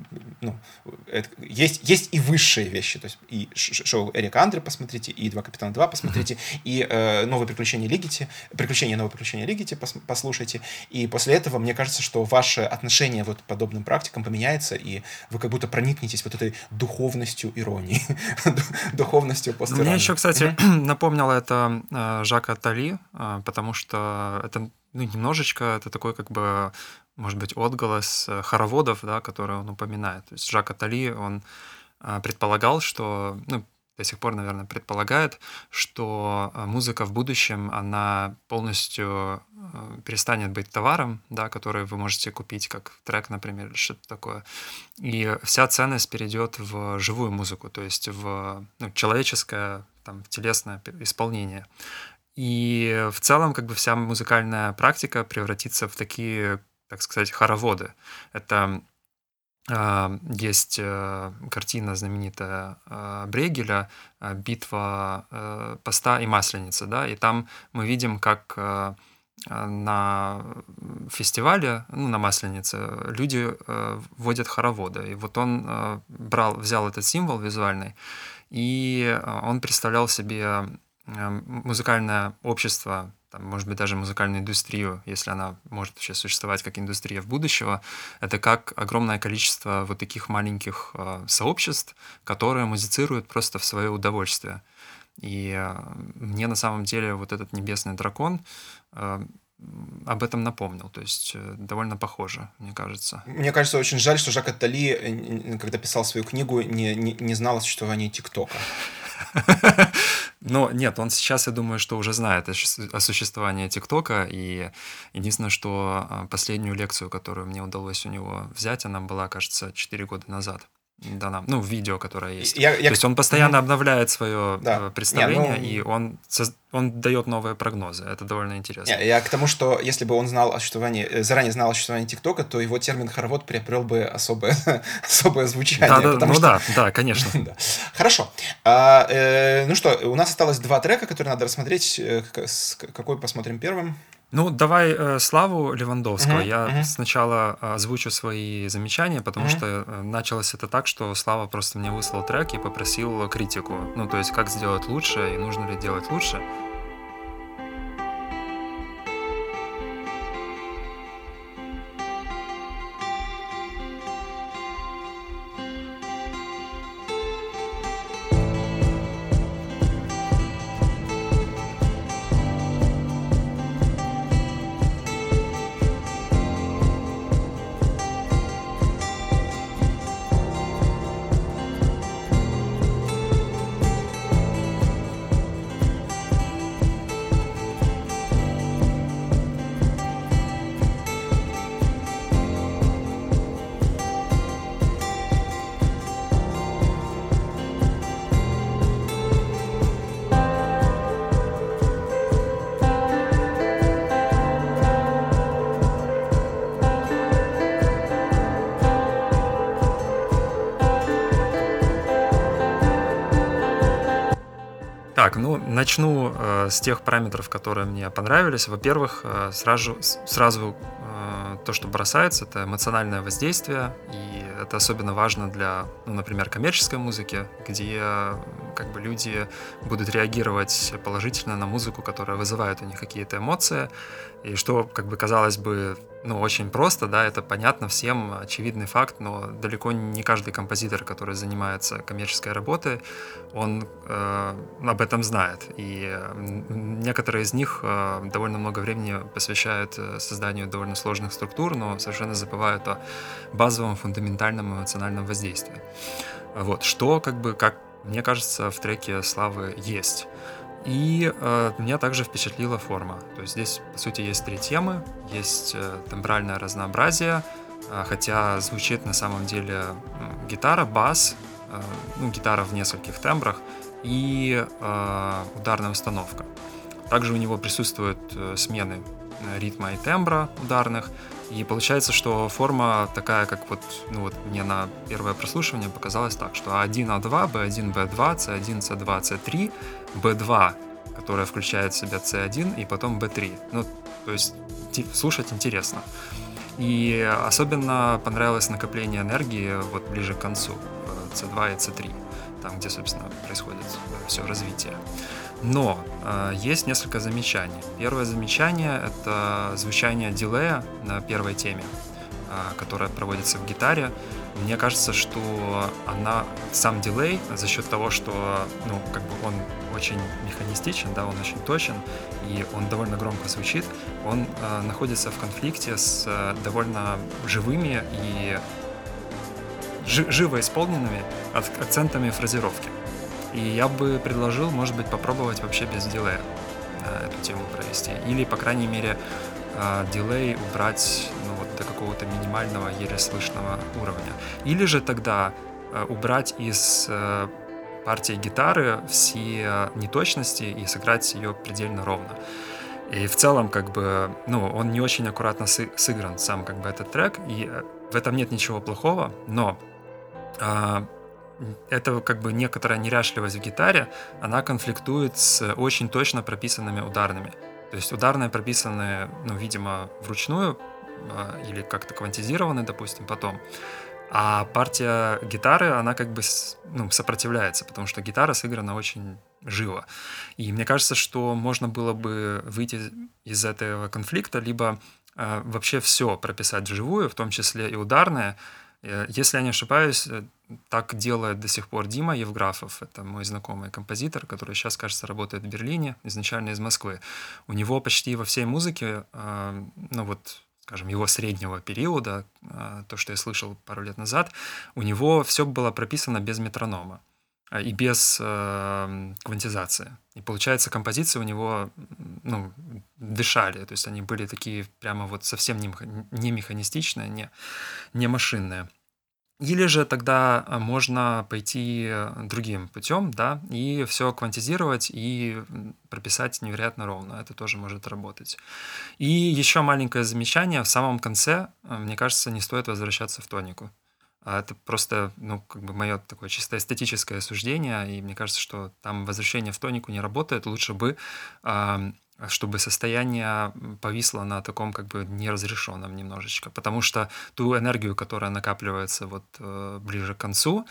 есть и высшие вещи. То есть и шоу Эрика Андре посмотрите, и «Два капитана 2» посмотрите, и «Новые приключения Лигити», «Новые приключения Лигити» послушайте. И после этого, мне кажется, что ваше отношение вот к подобным практикам поменяется, и вы как будто проникнетесь вот этой духовностью иронии, духовностью постиронии. Мне еще, кстати, напомнило это Жака Аттали, потому что это немножечко, это такой как бы, может быть, отголос хороводов, да, которые он упоминает. То есть Жак Аттали, он предполагал, что, до сих пор, наверное, предполагает, что музыка в будущем, она полностью перестанет быть товаром, да, который вы можете купить, как трек, например, или что-то такое. И вся ценность перейдет в живую музыку, то есть в человеческое, там, телесное исполнение. И в целом, как бы, вся музыкальная практика превратится в такие, так сказать, хороводы. Это есть картина знаменитая Брейгеля «Битва поста и масленицы», да, и там мы видим, как на фестивале, на Масленице, люди водят хороводы. И вот он взял этот символ визуальный, и он представлял себе музыкальное общество, там, может быть, даже музыкальную индустрию, если она может вообще существовать как индустрия в будущего, это как огромное количество вот таких маленьких сообществ, которые музицируют просто в свое удовольствие. И мне на самом деле вот этот «Небесный дракон», об этом напомнил. То есть довольно похоже, мне кажется. Мне кажется, очень жаль, что Жак Аттали, когда писал свою книгу, не знал о существовании ТикТока. Но нет, он сейчас, я думаю, что уже знает о существовании ТикТока, и единственное, что последнюю лекцию, которую мне удалось у него взять, она была, кажется, 4 года назад. Да, ну, видео, которое есть. То есть он постоянно обновляет свое представление, и он дает новые прогнозы. Это довольно интересно. Я к тому, что если бы он заранее знал о существовании ТикТока, то его термин хоровод приобрел бы особое звучание. Да, конечно. Хорошо. Ну что, у нас осталось 2 трека, которые надо рассмотреть. Какой посмотрим первым? Ну, давай Славу Левандовского. Я сначала озвучу свои замечания, потому что началось это так, что Слава просто мне выслал трек и попросил критику. Ну, то есть, как сделать лучше и нужно ли делать лучше. Так, ну, начну с тех параметров, которые мне понравились. Во-первых, сразу то, что бросается, это эмоциональное воздействие, и это особенно важно для, ну, например, коммерческой музыки, где как бы люди будут реагировать положительно на музыку, которая вызывает у них какие-то эмоции, и что, как бы, казалось бы, ну, очень просто, да, это понятно всем, очевидный факт, но далеко не каждый композитор, который занимается коммерческой работой, он об этом знает. И некоторые из них довольно много времени посвящают созданию довольно сложных структур, но совершенно забывают о базовом, фундаментальном эмоциональном воздействии. Вот, что, как бы, как мне кажется, в треке Славы есть. И меня также впечатлила форма. То есть здесь, по сути, есть 3 темы. Есть тембральное разнообразие, хотя звучит на самом деле гитара, бас, ну, гитара в нескольких тембрах и ударная установка. Также у него присутствуют смены ритма и тембра ударных. И получается, что форма такая, как вот, ну вот мне на первое прослушивание показалось так, что А1, А2, Б1, Б2, С1, С2, С3, Б2, которая включает в себя С1, и потом Б3. Ну, то есть слушать интересно. И особенно понравилось накопление энергии вот ближе к концу, С2 и С3, там, где, собственно, происходит все развитие. Но есть несколько замечаний. Первое замечание — это звучание дилея на первой теме, которая проводится в гитаре. Мне кажется, что сам дилей, за счет того, что, ну, как бы он очень механистичен, да, он очень точен, и он довольно громко звучит, он находится в конфликте с довольно живыми и живо исполненными акцентами фразировки. И я бы предложил, может быть, попробовать вообще без дилея эту тему провести. Или, по крайней мере, дилей убрать, ну, вот, до какого-то минимального, еле слышного уровня. Или же тогда убрать из партии гитары все неточности и сыграть ее предельно ровно. И в целом, как бы, ну, он не очень аккуратно сыгран, сам, как бы, этот трек, и в этом нет ничего плохого, но это, как бы, некоторая неряшливость в гитаре, она конфликтует с очень точно прописанными ударными. То есть ударные прописаны, ну, видимо, вручную или как-то квантизированы, допустим, потом. А партия гитары, она как бы сопротивляется, потому что гитара сыграна очень живо. И мне кажется, что можно было бы выйти из этого конфликта, либо вообще все прописать вживую, в том числе и ударное, Если я не ошибаюсь, так делает до сих пор Дима Евграфов. Это мой знакомый композитор, который сейчас, кажется, работает в Берлине, изначально из Москвы. У него почти во всей музыке, ну вот, скажем, его среднего периода, то, что я слышал пару лет назад, у него все было прописано без метронома и без квантизации. И получается, композиции у него ну, дышали, то есть они были такие прямо вот совсем не механистичные, не машинные. Или же тогда можно пойти другим путем, да, и все квантизировать и прописать невероятно ровно. Это тоже может работать. И еще маленькое замечание. В самом конце, мне кажется, не стоит возвращаться в тонику. Это просто, ну, как бы мое такое чисто эстетическое суждение, и мне кажется, что там возвращение в тонику не работает. Лучше бы, чтобы состояние повисло на таком как бы неразрешенном немножечко, потому что ту энергию, которая накапливается вот ближе к концу,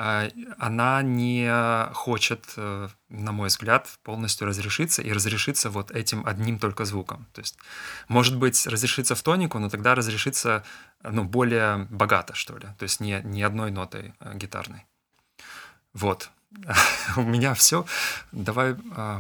она не хочет, на мой взгляд, полностью разрешиться и разрешиться вот этим одним только звуком. То есть, может быть, разрешиться в тонику, но тогда разрешиться ну, более богато, что ли. То есть не одной нотой гитарной. Вот. У меня все. Давай,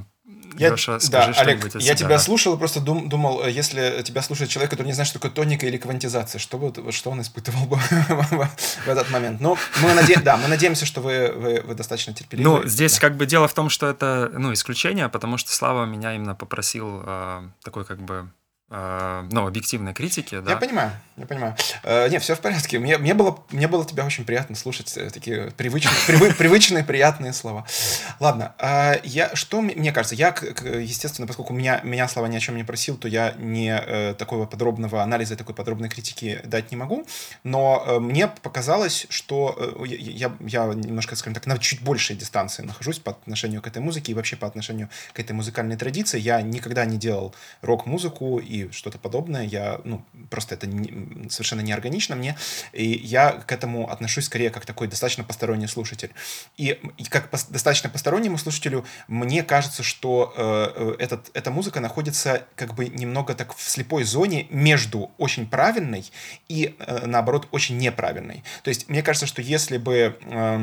Леша, скажи Олег, что-нибудь от я себя. тебя слушал и просто думал, если тебя слушает человек, который не знает, что такое тоника или квантизация, что он испытывал бы в этот момент. Но мы надеемся, что вы достаточно терпеливы. Ну, здесь как бы дело в том, что это ну, исключение, потому что Слава меня именно попросил такой как бы ну, объективной критики, да. Я понимаю. Не, все в порядке. Мне было тебя очень приятно слушать такие привычные, приятные слова. Ладно, что мне кажется, естественно, поскольку меня Слава ни о чем не просил, то я не такого подробного анализа, такой подробной критики дать не могу, но мне показалось, что я немножко, скажем так, на чуть большей дистанции нахожусь по отношению к этой музыке и вообще по отношению к этой музыкальной традиции. Я никогда не делал рок-музыку и что-то подобное. Просто это совершенно неорганично мне, и я к этому отношусь скорее как такой достаточно посторонний слушатель. И как достаточно постороннему слушателю мне кажется, что эта музыка находится как бы немного так в слепой зоне между очень правильной и, наоборот, очень неправильной. То есть мне кажется, что если бы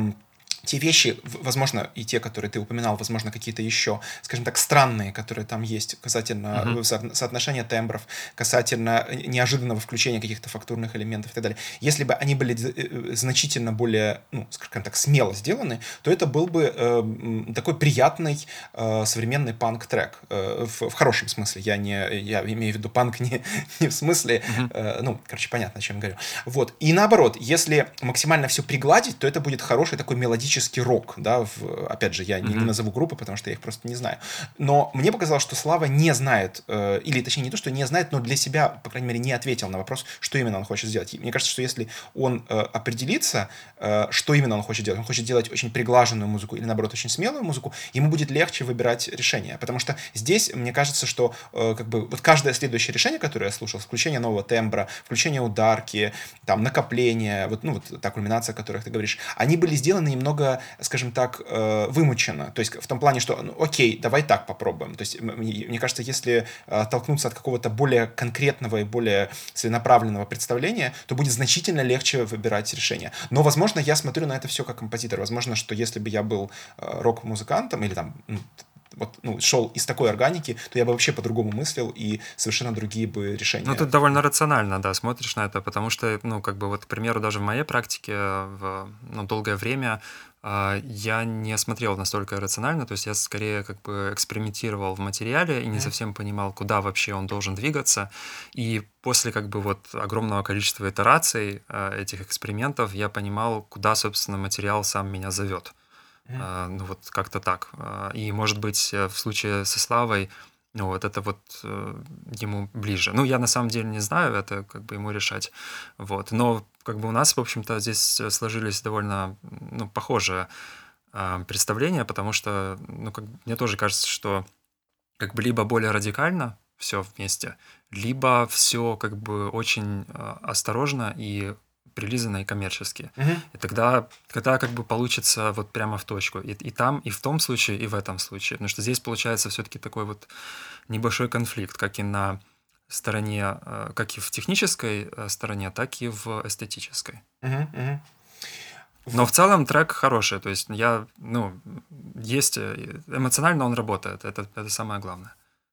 те вещи, возможно, и те, которые ты упоминал, возможно, какие-то еще, скажем так, странные, которые там есть касательно соотношения тембров, касательно неожиданного включения каких-то фактурных элементов и так далее. Если бы они были значительно более, ну, скажем так, смело сделаны, то это был бы такой приятный современный панк-трек. В хорошем смысле. Я имею в виду панк не в смысле, ну, короче, понятно, о чем я говорю. Вот. И наоборот, если максимально все пригладить, то это будет хороший такой мелодический рок, да, опять же, я не назову группы, потому что я их просто не знаю. Но мне показалось, что Слава не знает, или точнее не то, что не знает, но для себя, по крайней мере, не ответил на вопрос, что именно он хочет сделать. И мне кажется, что если он определится, что именно он хочет делать очень приглаженную музыку или, наоборот, очень смелую музыку, ему будет легче выбирать решение. Потому что здесь, мне кажется, что как бы вот каждое следующее решение, которое я слушал, включение нового тембра, включение ударки, там, накопление, вот та кульминация, о которой ты говоришь, они были сделаны немного, скажем так, вымучено. То есть в том плане, что, окей, давай так попробуем. То есть мне кажется, если оттолкнуться от какого-то более конкретного и более целенаправленного представления, то будет значительно легче выбирать решение. Но, возможно, я смотрю на это все как композитор. Возможно, что если бы я был рок-музыкантом или там шел из такой органики, то я бы вообще по-другому мыслил и совершенно другие бы решения. Ну, ты довольно рационально, да, смотришь на это, потому что, ну, как бы вот, к примеру, даже в моей практике долгое время я не смотрел настолько рационально, то есть я скорее как бы экспериментировал в материале и не совсем понимал, куда вообще он должен двигаться. И после как бы вот огромного количества итераций этих экспериментов я понимал, куда, собственно, материал сам меня зовет. Ну вот как-то так. И, может быть, в случае со Славой, ну вот это вот ему ближе. Ну, я на самом деле не знаю, это как бы ему решать. Вот. Но как бы у нас, в общем-то, здесь сложились довольно похожие представления, потому что мне тоже кажется, что как бы либо более радикально все вместе, либо все как бы очень осторожно и прилизанно и коммерчески. И тогда как бы получится вот прямо в точку. И там, и в том случае, и в этом случае. Потому что здесь получается все-таки такой вот небольшой конфликт, как и на стороне, как и в технической стороне, так и в эстетической. Но в целом трек хороший, то есть есть эмоционально он работает, это самое главное.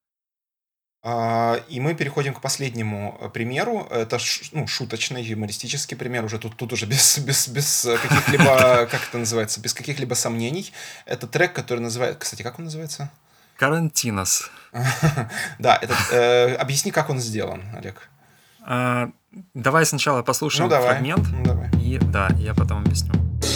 И мы переходим к последнему примеру. Это шуточный, юмористический пример. Уже тут уже без каких-либо, как это называется, без каких-либо сомнений. Это трек, который называется... Кстати, как он называется? Карантинос. Да, объясни, как он сделан, Олег. Давай сначала послушаем фрагмент. Давай. Я потом объясню.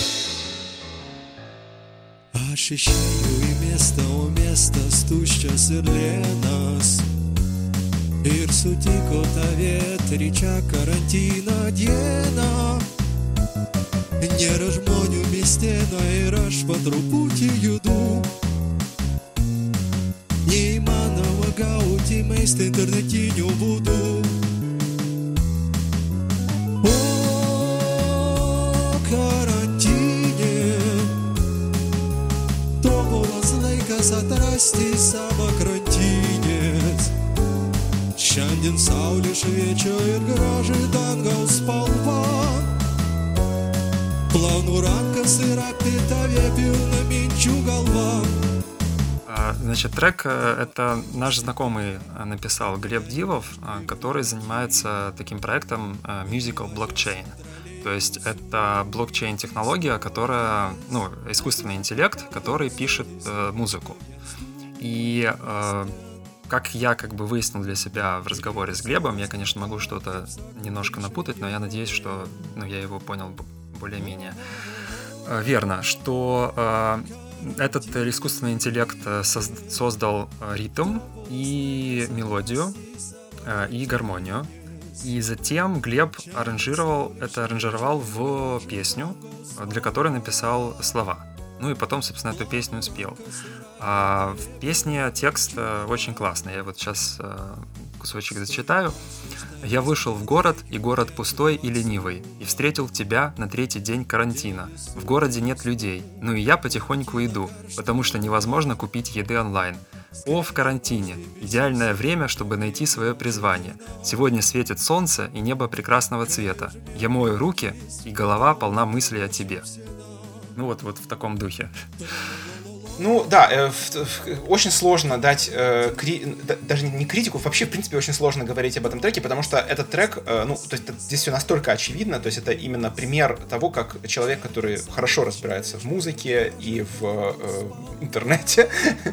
Ощущаю и место у места stūščios ir lėnas. Ir sutiko tave trečią karantino dieną. Nėra žmonių miestėno ir aš po truputį judu. Neįmanoma gauti maistą internetiniu būdu. O karantinė, tobulas laikas atrasti savo krantinės. Šiandien saulė šviečia ir graži dangaus spalva. Planų rankas ir aktai tave pilna minčių galva. Значит, трек это наш знакомый написал Глеб Дивов, который занимается таким проектом Musical Blockchain. То есть это блокчейн-технология, которая, искусственный интеллект, который пишет музыку. И как я выяснил для себя в разговоре с Глебом, я, конечно, могу что-то немножко напутать, но я надеюсь, что я его понял более-менее верно, что этот искусственный интеллект создал ритм и мелодию, и гармонию. И затем Глеб аранжировал в песню, для которой написал слова. И потом, собственно, эту песню спел. А в песне текст очень классный. Я вот сейчас кусочек зачитаю. «Я вышел в город, и город пустой и ленивый, и встретил тебя на 3-й день карантина. В городе нет людей, и я потихоньку иду, потому что невозможно купить еды онлайн. В карантине. Идеальное время, чтобы найти свое призвание. Сегодня светит солнце, и небо прекрасного цвета. Я мою руки, и голова полна мыслей о тебе». Вот в таком духе. Очень сложно дать, даже не критику, вообще, в принципе, очень сложно говорить об этом треке, потому что этот трек, здесь все настолько очевидно, то есть это именно пример того, как человек, который хорошо разбирается в музыке и в интернете,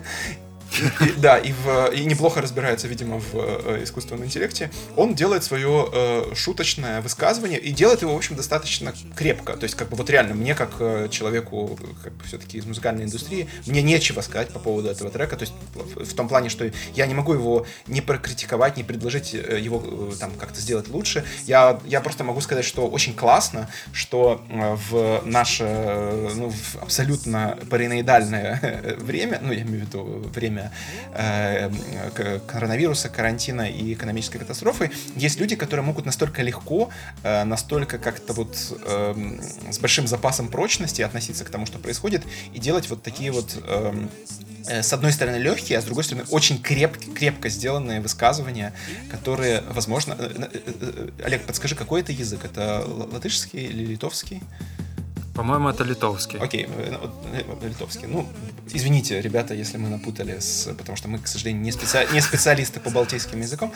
и неплохо разбирается, видимо, в искусственном интеллекте, он делает свое шуточное высказывание и делает его, в общем, достаточно крепко. То есть, реально, мне, как человеку, все-таки из музыкальной индустрии, мне нечего сказать по поводу этого трека. То есть, в том плане, что я не могу его не прокритиковать, не предложить его как-то сделать лучше. Я просто могу сказать, что очень классно, что в наше, в абсолютно параноидальное время, я имею в виду время коронавируса, карантина и экономической катастрофы, есть люди, которые могут настолько легко, настолько как-то с большим запасом прочности относиться к тому, что происходит, и делать такие с одной стороны легкие, а с другой стороны очень крепко сделанные высказывания, которые, возможно... Олег, подскажи, какой это язык? Это латышский или литовский? По-моему, это литовский. Окей, литовский. Извините, ребята, если мы напутали, потому что мы, к сожалению, не специалисты по балтийским языкам.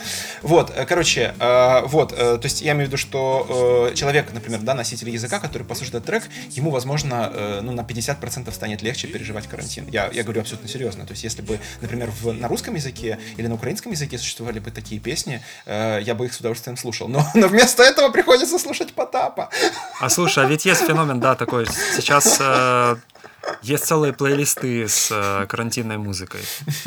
То есть я имею в виду, что человек, например, носитель языка, который послушает этот трек, ему, возможно, на 50% станет легче переживать карантин. Я говорю абсолютно серьезно. То есть если бы, например, на русском языке или на украинском языке существовали бы такие песни, я бы их с удовольствием слушал. Но вместо этого приходится слушать Потапа. Слушай, а ведь есть феномен, такой. Сейчас есть целые плейлисты с карантинной музыкой.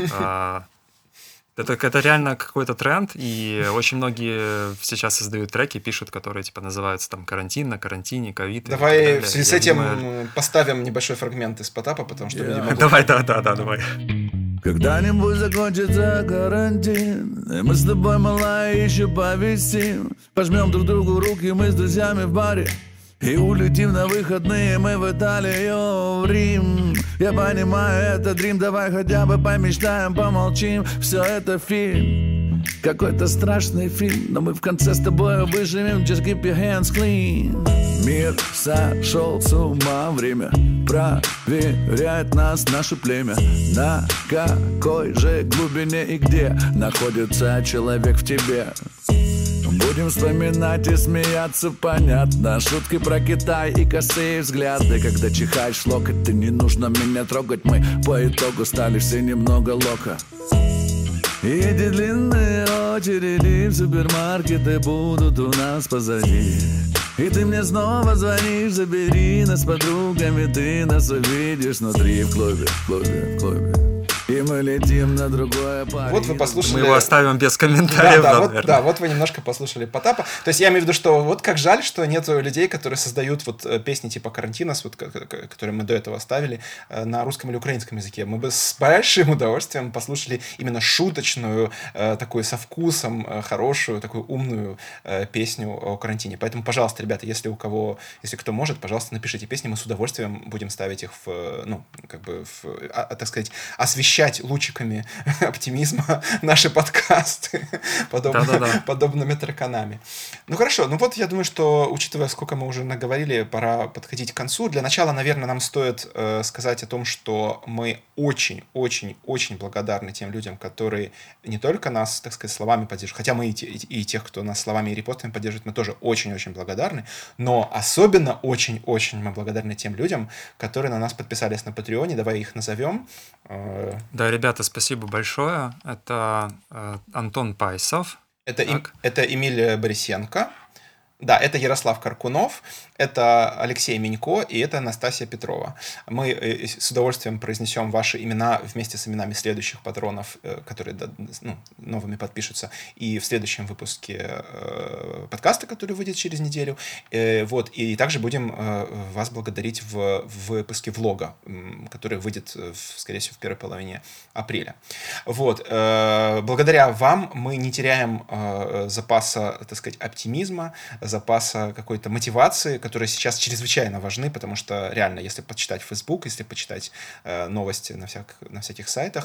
Это реально какой-то тренд, и очень многие сейчас создают треки, пишут, которые называются карантин, на карантине, ковид. Давай в связи с этим поставим небольшой фрагмент из Потапа, потому что люди могут... Давай, давай. Когда-нибудь закончится карантин, и мы с тобой, малая, еще повисим. Пожмем друг другу руки, мы с друзьями в баре. И улетим на выходные мы в Италию, в Рим. Я понимаю, это дрим, давай хотя бы помечтаем, помолчим. Все это фильм, какой-то страшный фильм, но мы в конце с тобой выживем. Just keep your hands clean. Мир сошел с ума, время проверяет нас, наше племя. На какой же глубине и где находится человек в тебе? Будем вспоминать и смеяться, понятно. Шутки про Китай и косые взгляды. Когда чихаешь в локоть, ты не нужно меня трогать. Мы по итогу стали все немного лока. И эти длинные очереди в супермаркеты будут у нас позади. И ты мне снова звонишь, забери нас с подругами. Ты нас увидишь внутри в клубе, в клубе, в клубе. И мы летим на другое пари. Вот вы послушали... Мы его оставим без комментариев. Вот вы немножко послушали Потапа. То есть я имею в виду, что вот как жаль, что нет людей, которые создают вот песни типа «Карантинос», вот, которые мы до этого оставили, на русском или украинском языке. Мы бы с большим удовольствием послушали именно шуточную, такую со вкусом, хорошую, такую умную песню о карантине. Поэтому, пожалуйста, ребята, если кто может, пожалуйста, напишите песни, мы с удовольствием будем ставить их так сказать, освещать лучиками оптимизма наши подкасты подобными тараканами. Ну хорошо, ну вот я думаю, что, учитывая, сколько мы уже наговорили, пора подходить к концу. Для начала, наверное, нам стоит сказать о том, что мы очень-очень-очень благодарны тем людям, которые не только нас, так сказать, словами поддерживают, хотя мы и тех, кто нас словами и репостами поддерживает, мы тоже очень-очень благодарны, но особенно очень-очень мы благодарны тем людям, которые на нас подписались на Патреоне. Давай их назовем. Да, ребята, спасибо большое. Это Антон Пайсов. Это Эмилия Борисенко. Да, это Ярослав Каркунов, это Алексей Минько и это Анастасия Петрова. Мы с удовольствием произнесем ваши имена вместе с именами следующих патронов, которые новыми подпишутся, и в следующем выпуске подкаста, который выйдет через неделю. Вот, и также будем вас благодарить в выпуске влога, который выйдет, скорее всего, в первой половине апреля. Вот. Благодаря вам мы не теряем запаса, так сказать, оптимизма, запаса какой-то мотивации, которые сейчас чрезвычайно важны, потому что реально, если почитать Facebook, если почитать новости на всяких сайтах,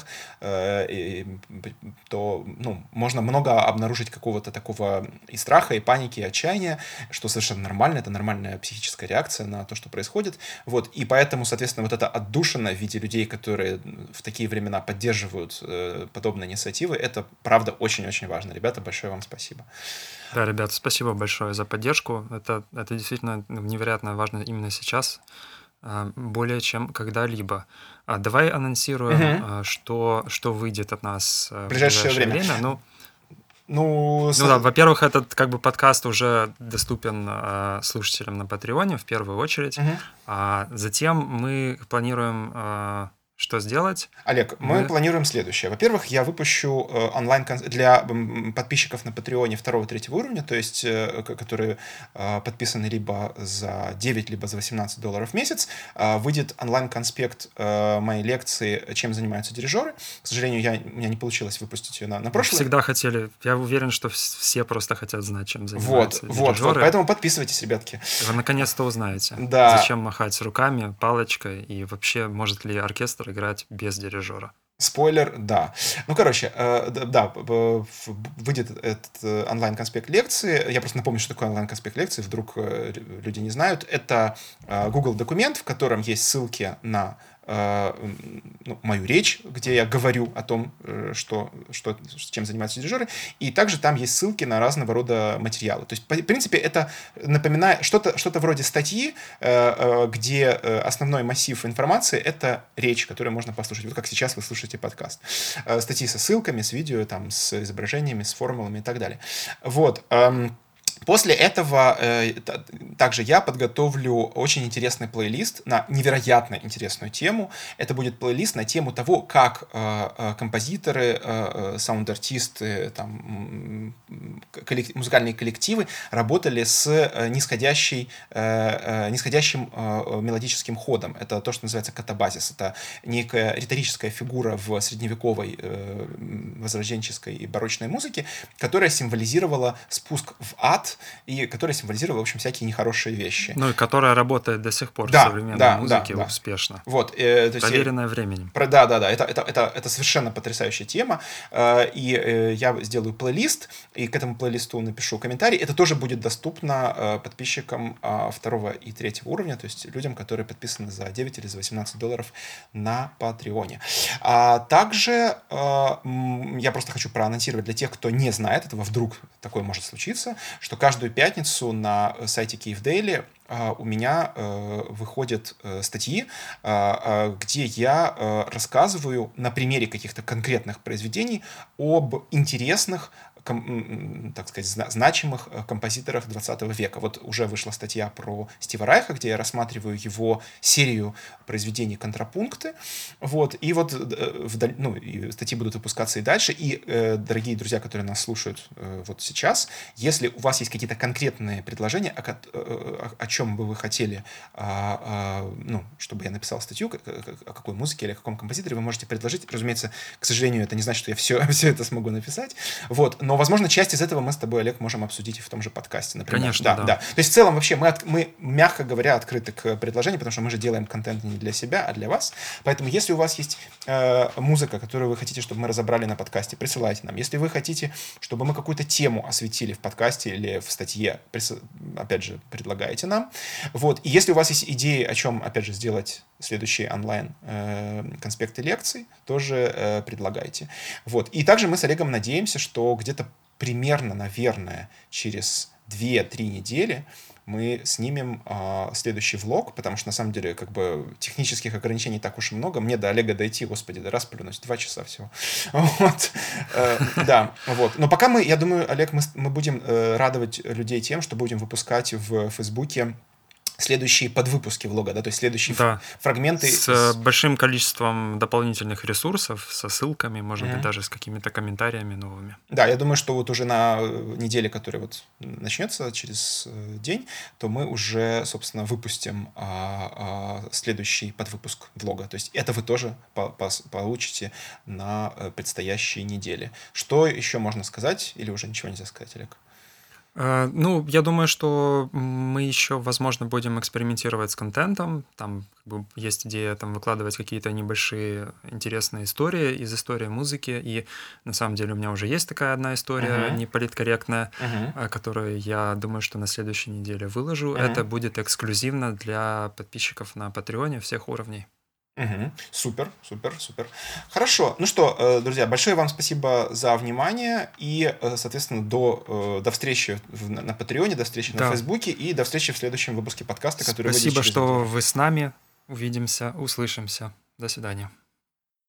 то можно много обнаружить какого-то такого и страха, и паники, и отчаяния, что совершенно нормально, это нормальная психическая реакция на то, что происходит. Вот. И поэтому, соответственно, вот эта отдушина в виде людей, которые в такие времена поддерживают подобные инициативы, это, правда, очень-очень важно. Ребята, большое вам спасибо. Да, ребята, спасибо большое за поддержку. Это действительно невероятно важно именно сейчас, более чем когда-либо. Давай анонсируем, что выйдет от нас в ближайшее время. Да, во-первых, этот подкаст уже доступен слушателям на Патреоне в первую очередь. А затем мы планируем... Что сделать? Олег, мы планируем следующее. Во-первых, я выпущу онлайн для подписчиков на Патреоне 2-3 уровня, то есть, которые подписаны либо за 9, либо за $18 в месяц, выйдет онлайн-конспект моей лекции «Чем занимаются дирижеры». К сожалению, у меня не получилось выпустить ее на прошлое. Всегда хотели. Я уверен, что все просто хотят знать, чем занимаются дирижеры. Вот. Поэтому подписывайтесь, ребятки. Вы наконец-то узнаете, зачем махать руками, палочкой, и вообще, может ли оркестр играть без дирижера. Спойлер, да. Выйдет этот онлайн-конспект лекции. Я просто напомню, что такое онлайн-конспект лекции, вдруг люди не знают. Это Google документ, в котором есть ссылки на мою речь, где я говорю о том, чем занимаются дирижеры, и также там есть ссылки на разного рода материалы. То есть, в принципе, это напоминает что-то вроде статьи, где основной массив информации — это речь, которую можно послушать, вот как сейчас вы слушаете подкаст. Статьи со ссылками, с видео, там, с изображениями, с формулами и так далее. Вот. После этого также я подготовлю очень интересный плейлист на невероятно интересную тему. Это будет плейлист на тему того, как композиторы, саунд-артисты, музыкальные коллективы работали с нисходящим мелодическим ходом. Это то, что называется катабазис. Это некая риторическая фигура в средневековой возрожденческой и барочной музыке, которая символизировала спуск в ад народ, и которая символизировала, в общем, всякие нехорошие вещи. Ну, и которая работает до сих пор в Да, современной да, музыке да. успешно. Вот, то есть Проверенная временем. Да, это совершенно потрясающая тема, и я сделаю плейлист, и к этому плейлисту напишу комментарий. Это тоже будет доступно подписчикам 2 и 3 уровня, то есть людям, которые подписаны за 9 или за $18 на Патреоне. Также я просто хочу проанонсировать для тех, кто не знает этого, вдруг такое может случиться, что каждую пятницу на сайте Kyiv Daily у меня выходят статьи, где я рассказываю на примере каких-то конкретных произведений об интересных, так сказать, значимых композиторах 20 века. Вот уже вышла статья про Стива Райха, где я рассматриваю его серию произведений «Контрапункты». Вот. И вот и статьи будут выпускаться и дальше. И, дорогие друзья, которые нас слушают вот сейчас, если у вас есть какие-то конкретные предложения, о чем бы вы хотели, чтобы я написал статью, о какой музыке или о каком композиторе, вы можете предложить. Разумеется, к сожалению, это не значит, что я все это смогу написать. Вот. Но, возможно, часть из этого мы с тобой, Олег, можем обсудить и в том же подкасте, например. Конечно, да. То есть, в целом, вообще, мы, мягко говоря, открыты к предложениям, потому что мы же делаем контент не для себя, а для вас. Поэтому, если у вас есть музыка, которую вы хотите, чтобы мы разобрали на подкасте, присылайте нам. Если вы хотите, чтобы мы какую-то тему осветили в подкасте или в статье, опять же, предлагайте нам. Вот. И если у вас есть идеи, о чем, опять же, сделать следующие онлайн конспекты лекций, тоже предлагайте. Вот. И также мы с Олегом надеемся, что где-то примерно, наверное, через 2-3 недели мы снимем следующий влог, потому что, на самом деле, как бы технических ограничений так уж и много. Мне до Олега дойти, господи, до расплюнуть, 2 часа всего. Вот. Да, вот. Но пока я думаю, Олег, мы будем радовать людей тем, что будем выпускать в Фейсбуке следующие подвыпуски влога, да, то есть следующие фрагменты. С большим количеством дополнительных ресурсов, со ссылками, может быть, даже с какими-то комментариями новыми. Да, я думаю, что вот уже на неделе, которая вот начнется через день, то мы уже, собственно, выпустим следующий подвыпуск влога. То есть это вы тоже получите на предстоящей неделе. Что еще можно сказать? Или уже ничего нельзя сказать, Олег? Я думаю, что мы еще, возможно, будем экспериментировать с контентом. Там есть идея выкладывать какие-то небольшие интересные истории из истории музыки. И на самом деле у меня уже есть такая одна история неполиткорректная, которую я думаю, что на следующей неделе выложу. Это будет эксклюзивно для подписчиков на Патреоне всех уровней. Супер. Хорошо. Ну что, друзья, большое вам спасибо за внимание. И, соответственно, до встречи на Патреоне, до встречи на Фейсбуке и до встречи в следующем выпуске подкаста, который выйдет через неделю. Спасибо, что вы с нами. Увидимся, услышимся. До свидания.